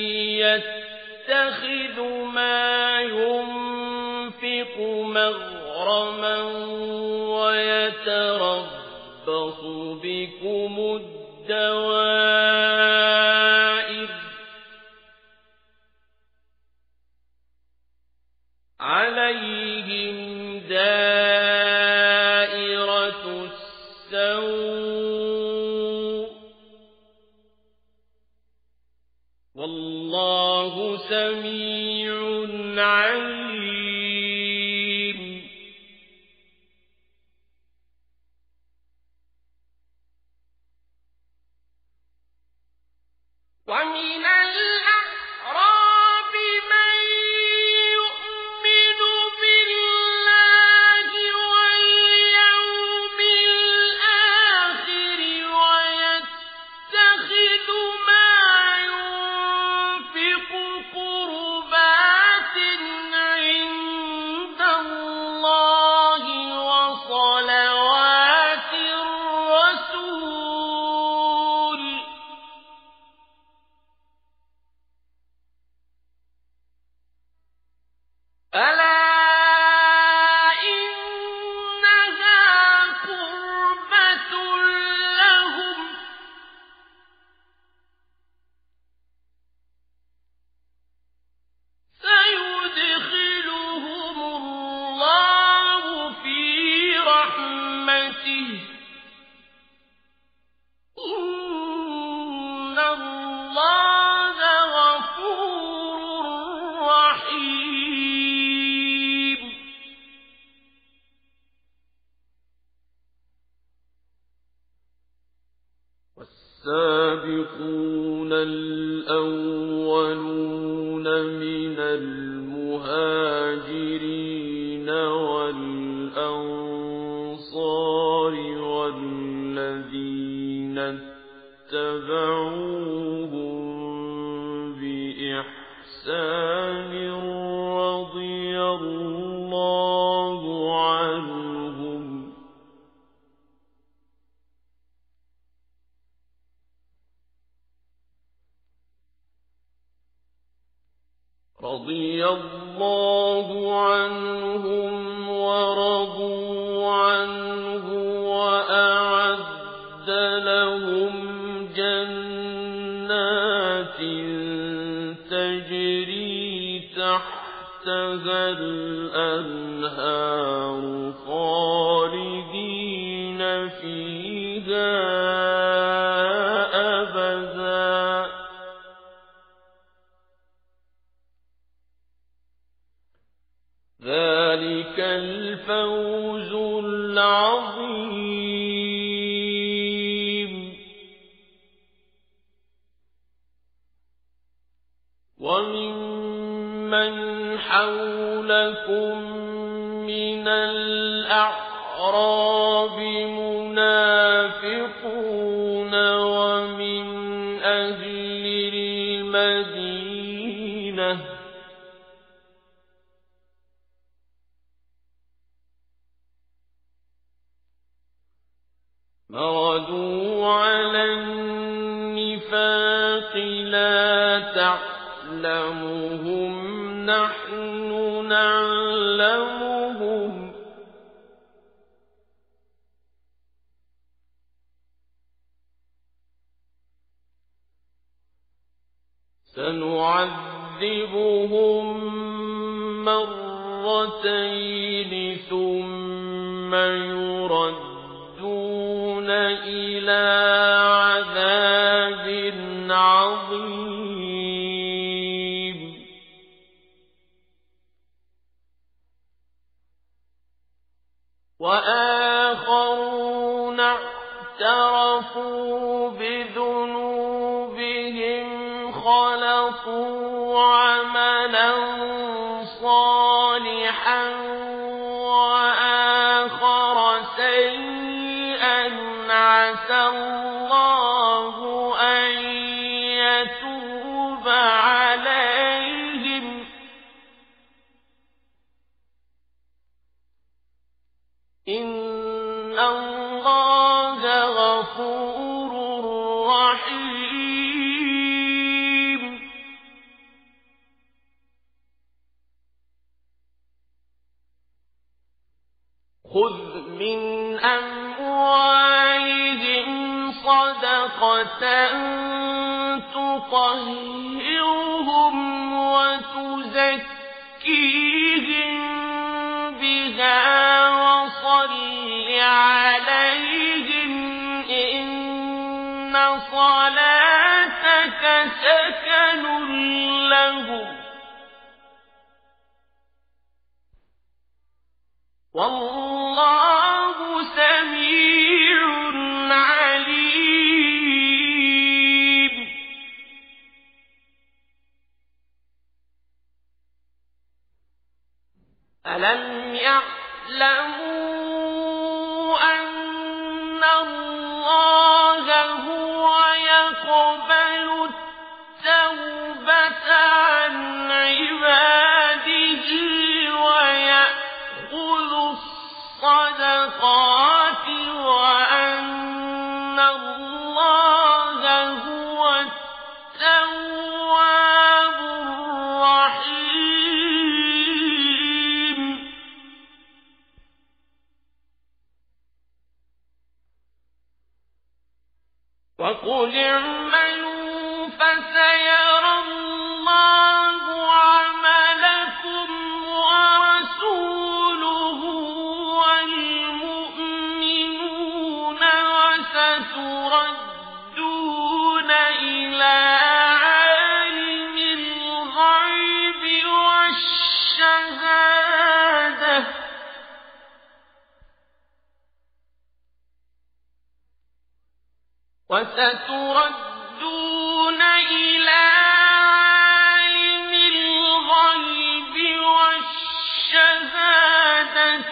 يتخذ ما ينفق مغرما ويتربص بكم الدوائر عليهم دائرة السوء والله سميع عليم. ومن الأعراب من يؤمن بالله واليوم الآخر ويتخذ ما ينفق قربات عند الله وصلوات الرسول ألا إنها قربة لهم سيدخلهم الله في رحمته إن الله غفور رحيم. والسابقون الأولون من المهاجرين والأنصار والذين اتبعوهم بإحسان رضي الله عنهم ورضوا عنه وأعد لهم جنات تجري تحتها الأنهار خالدين فيها أبدا ذلك الفوز العظيم. وممن حولكم من الأعراب منافقون ومن أهل المدينة مردوا على النفاق لا تعلمهم نحن نعلمهم سنعذبهم مرتين ثم يردون إلى عذاب عظيم وآخرون اعترفوا بذنوبهم خلقوا عملا صالحا وآخر سيئا عسى الله أن يتوب عليهم إن الله غفور رحيم خذ من أموالهم صدقة تطهرهم وتزكيهم بها وصل عليهم إن صلاتك سكن لهم والله سميع عليم ألم يعلموا أن الله هو يقبل التوبة عن عباده ويأخذ الصدقات وأن الله هو التواب الرحيم وقل اعملوا فسيرى الله عملكم ورسوله والمؤمنون وستردون إلى عالم الغيب والشهادة وستردون إلى عالم الغيب والشهادة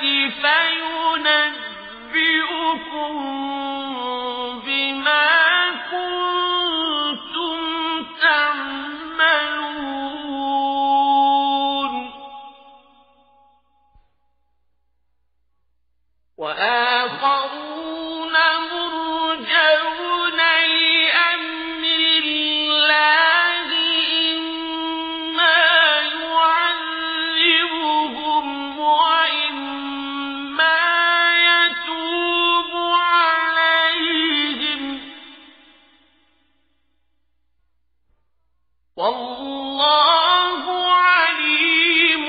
فينبئكم بما كنتم تعملون وآخرون مرجون لأمر الله إما يعذبهم وإما يتوب عليهم والله عليم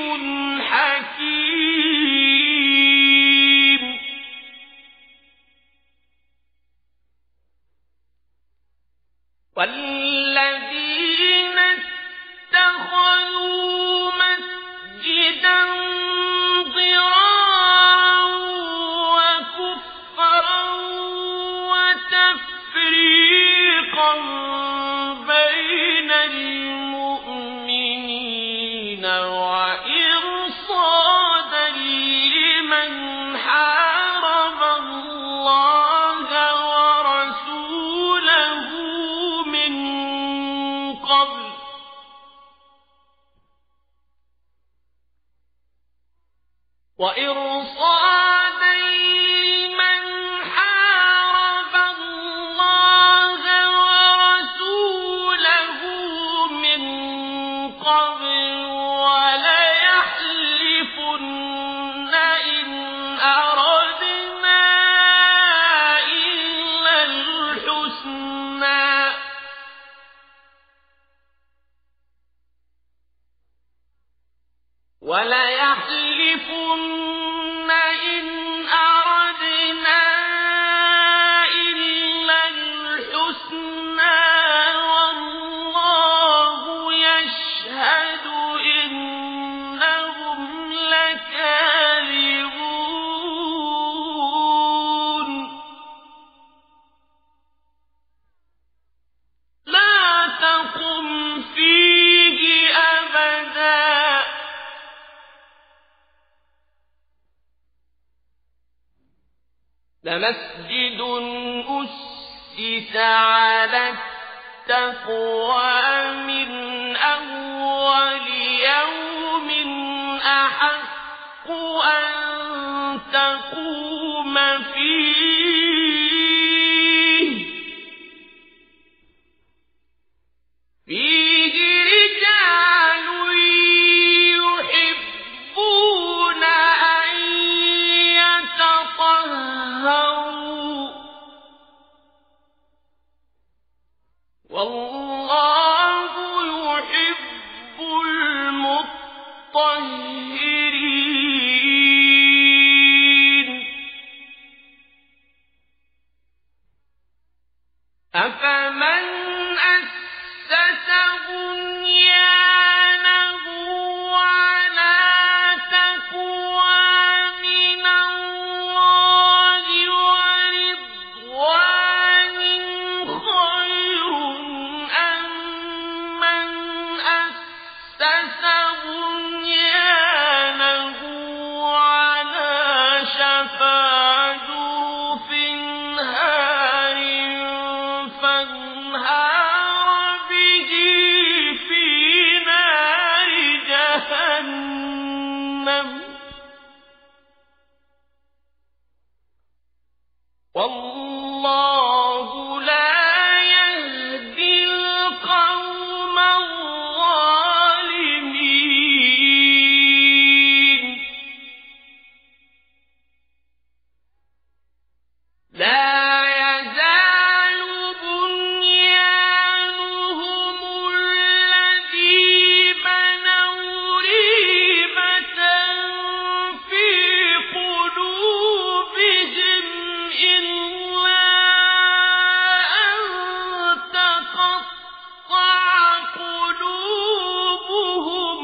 حكيم والذين اتخذوا مسجدا ضرارا وكفرا وتفريقا بين المؤمنين وإرصادا لمن حارب الله ورسوله من قبل وإرصادا لمن حارب الله ورسوله من قبل وَلَيَحْلِفُنَّ إِنْ أَرَدْنَا إِلَّا الْحُسْنَىٰ وَاللَّهُ يَشْهَدُ إِنَّهُمْ لَكَاذِبُونَ لَا تَقُمْ فِيهِ أَبَدًا لَمَسْجِدٌ أُسِّسَ عَلَى التَّقْوَىٰ مِنْ أَوَّلِ يَوْمٍ أَحَقُّ أَن تَقُومَ فِيهِ رِجَالٌ يُحِبُّونَ أَن يَتَطَهَّرُوا وَاللَّهُ يُحِبُّ الْمُطَهِّرِينَ أَفَمَنْ أَسَّسَ بُنْيَانَهُ عَلَىٰ تَقْوَىٰ مِنَ اللَّهِ وَرِضْوَانٍ خَيْرٌ أَم مَّنْ أَسَّسَ بُنْيَانَهُ عَلَىٰ شَفَا جُرُفٍ هَارٍ فَانْهَارَ بِهِ فِي نَارِ جَهَنَّمَ وَاللَّهُ لَا يَهْدِي الْقَوْمَ الظَّالِمِينَ لَا يَزَالُ بُنْيَانُهُمُ الَّذِي بَنَوْا رِيبَةً فِي قُلُوبِهِمْ إِلَّا أَن تَقَطَّعَ قُلُوبُهُمْ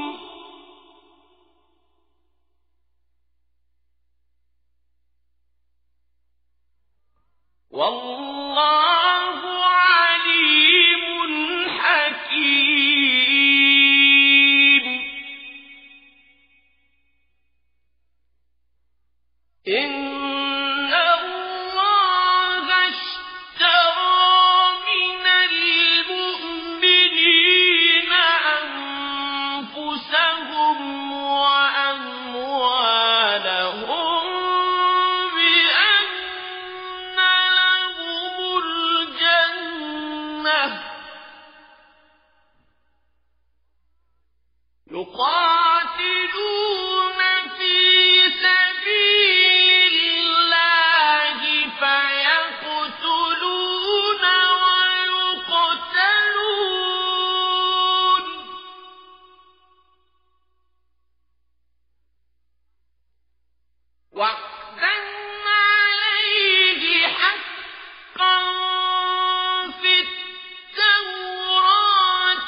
وَاللَّهُ عَلِيمٌ حَكِيمٌ إِنَّ اللَّهَ اشْتَرَىٰ مِنَ الْمُؤْمِنِينَ أَنفُسَهُمْ وَأَمْوَالَهُم بِأَنَّ لَهُمُ الْجَنَّةَ يُقَاتِلُونَ فِي سَبِيلِ اللَّهِ فَيَقْتُلُونَ وَيُقْتَلُونَ وَعْدًا عَلَيْهِ حَقًّا فِي التَّوْرَاةِ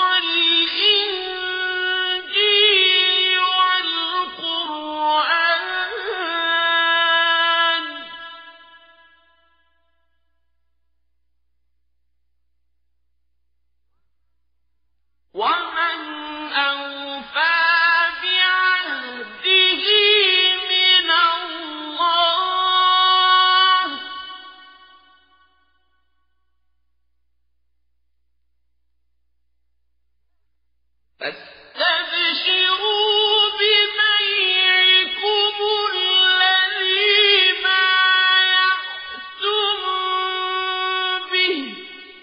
وَالْإِنجِيلِ وَالْقُرْآنِ وَمَنْ أَوْفَىٰ بِعَهْدِهِ مِنَ اللَّهِ ۚ فَاسْتَبْشِرُوا بِبَيْعِكُمُ الَّذِي بَايَعْتُم بِهِ ۚ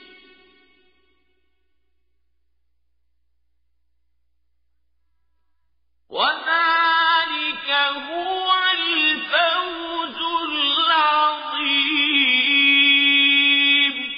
وَذَٰلِكَ هُوَ الْفَوْزُ الْعَظِيمُ.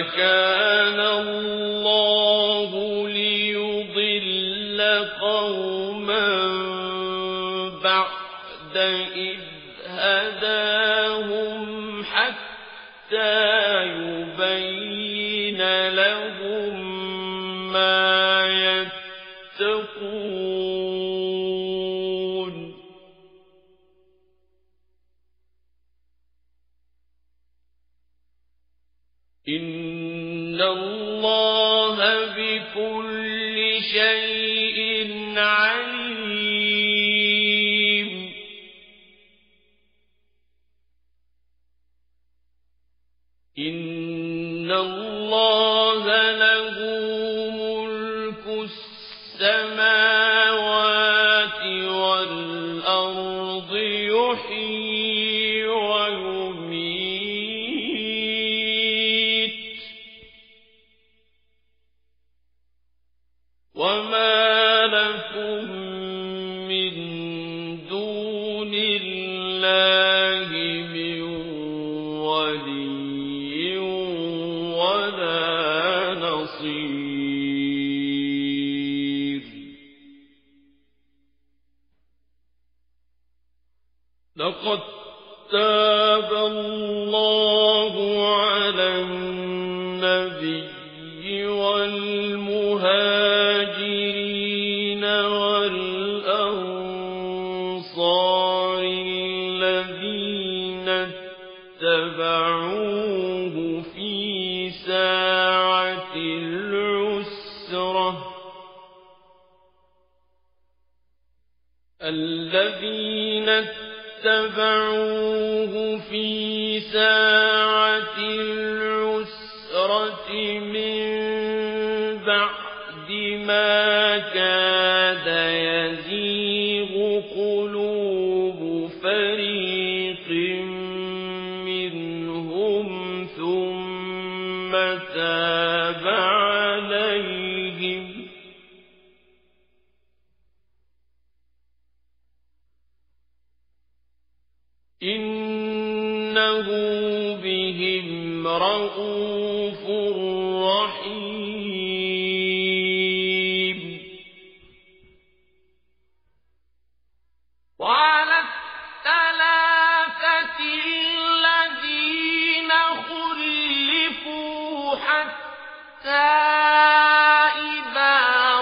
كان الله ليضل قوما بعد إذ هداهم حتى يبين لهم ما يتقون إن الله بكل شيء عليم إن الله له ملك السماوات والأرض يحيي ويميت وما لكم من دون الله من ولي ولا نصير لقد تاب الله على النبي والمهاجرين والأنصار الذين اتبعوه في ساعة العسرة من بعد ما كاد يزيغ قلوب فريق منهم ثم تاب عليهم إنه بهم رءوف رحيم وعلى الثلاثة الذين خلفوا حتى إذا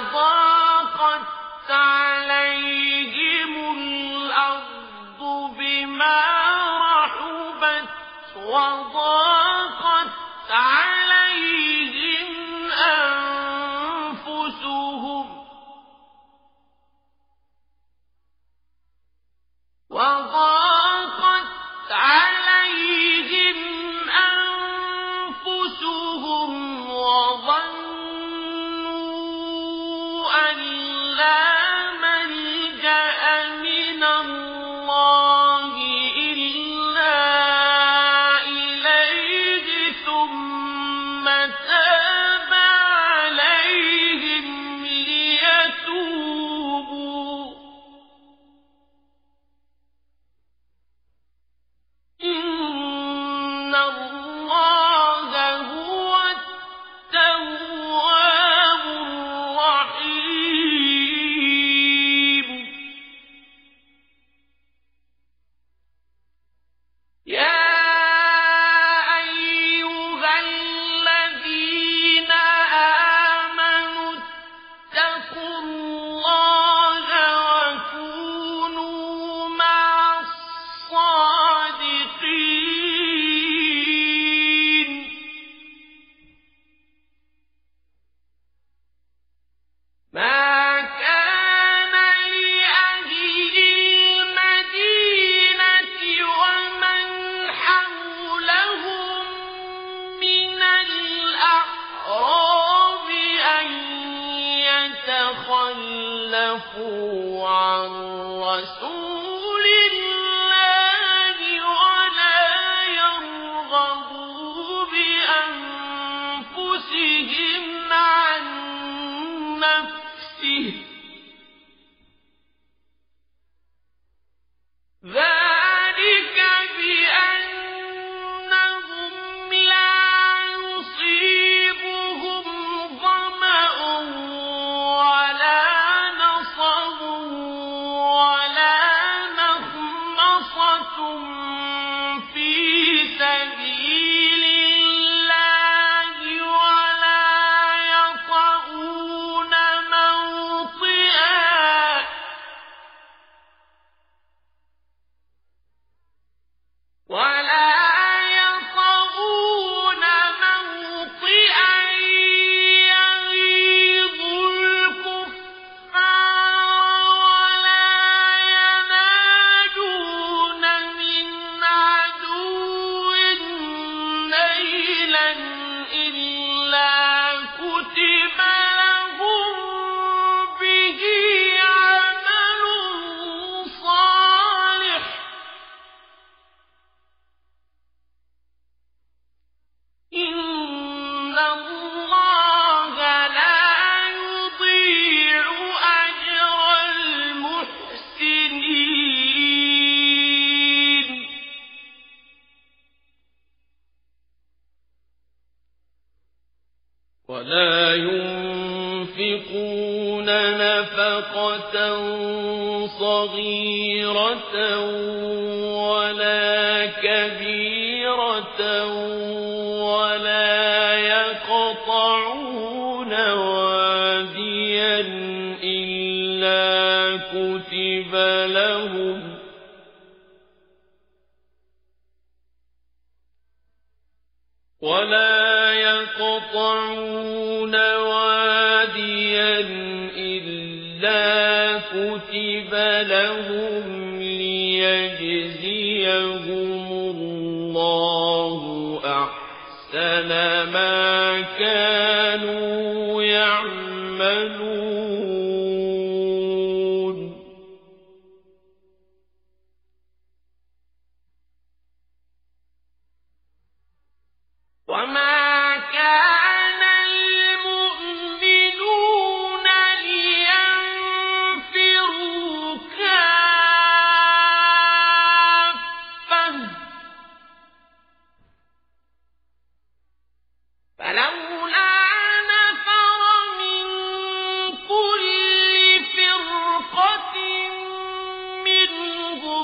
ضاقت عليهم الأرض بما رحبت وضاقت عليهم أنفسهم وظنوا أن لا ملجأ من الله إلا إليه ثم تاب عليهم ليتوبوا إن الله هو التواب الرحيم يا أيها الذين آمنوا اتقوا الله وكونوا مع الصادقين ما كان لأهل المدينة ومن حولهم من الأعراب أن يتخلفوا عن رسول الله ولا يرغبوا بأنفسهم عن نفسه ذلك بأنهم لا يصيبهم ولا ينفقون نفقة صغيرة ولا كبيرة ولا يقطعون واديا إلا كتب لهم ليجزيهم الله أحسن ما كانوا يعملون وما كان المؤمنون لينفروا كافة فلولا نفر من كل فرقة منهم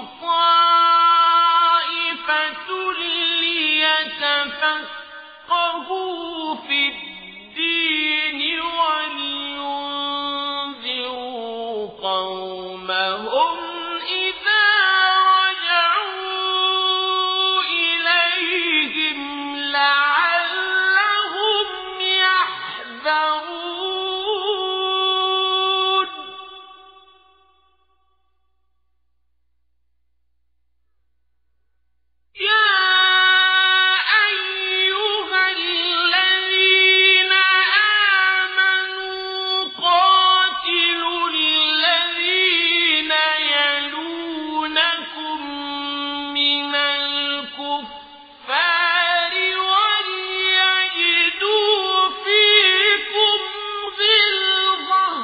طائفة ليتفقهوا في الدين ولينذروا قومهم إذا رجعوا إليهم لعلهم يحذرون يا أيها الذين آمنوا قاتلوا الذين يلونكم من الكفار وليجدوا فيكم غلظة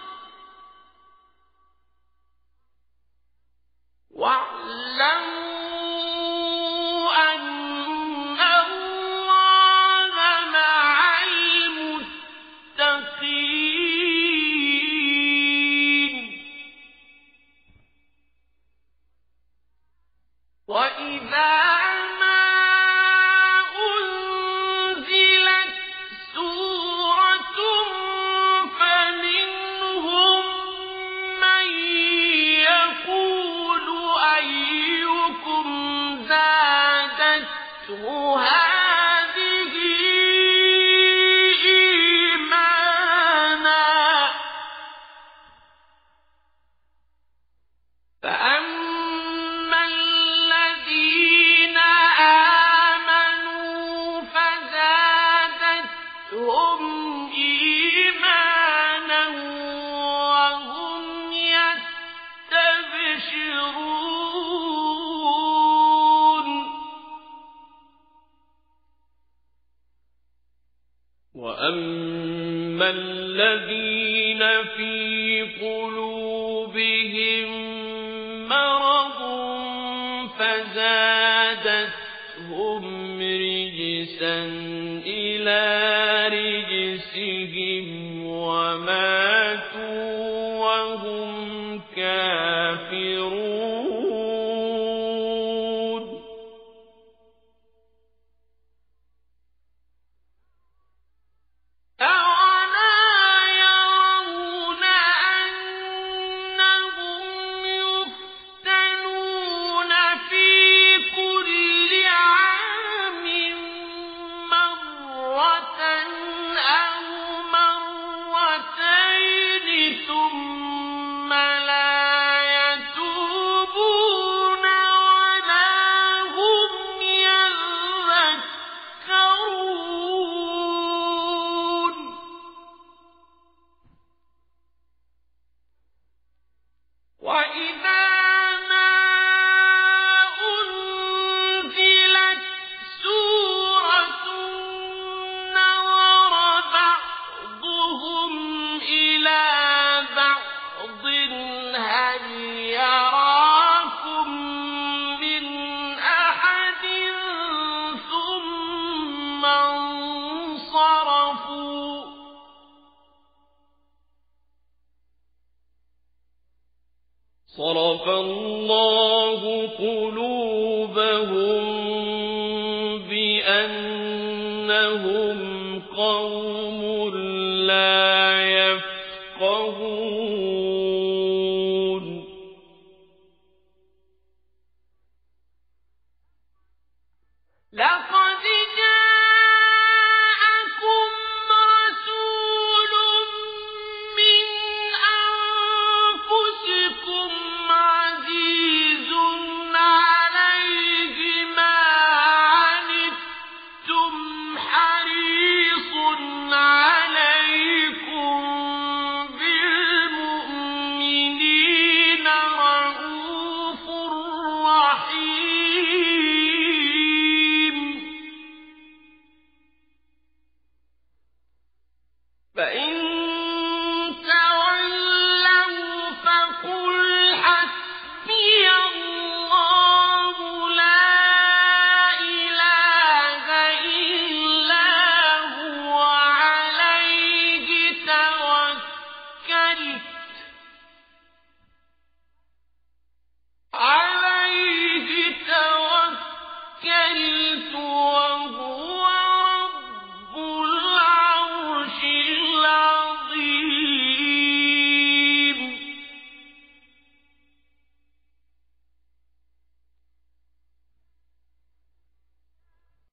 واعلموا أن الله مع المتقين وإذا ما أنزلت سورة فمنهم من يقول أيكم زادته هذه إيمانا فأما الذين آمنوا فزادتهم إيمانا وهم يستبشرون وأما الذين في قلوبهم مرض فزادتهم رجسا إلى رجسهم وماتوا وهم كافرون أولا يرون أنهم يفتنون في كل عام مرة صرف الله قلوبهم بأنهم قوم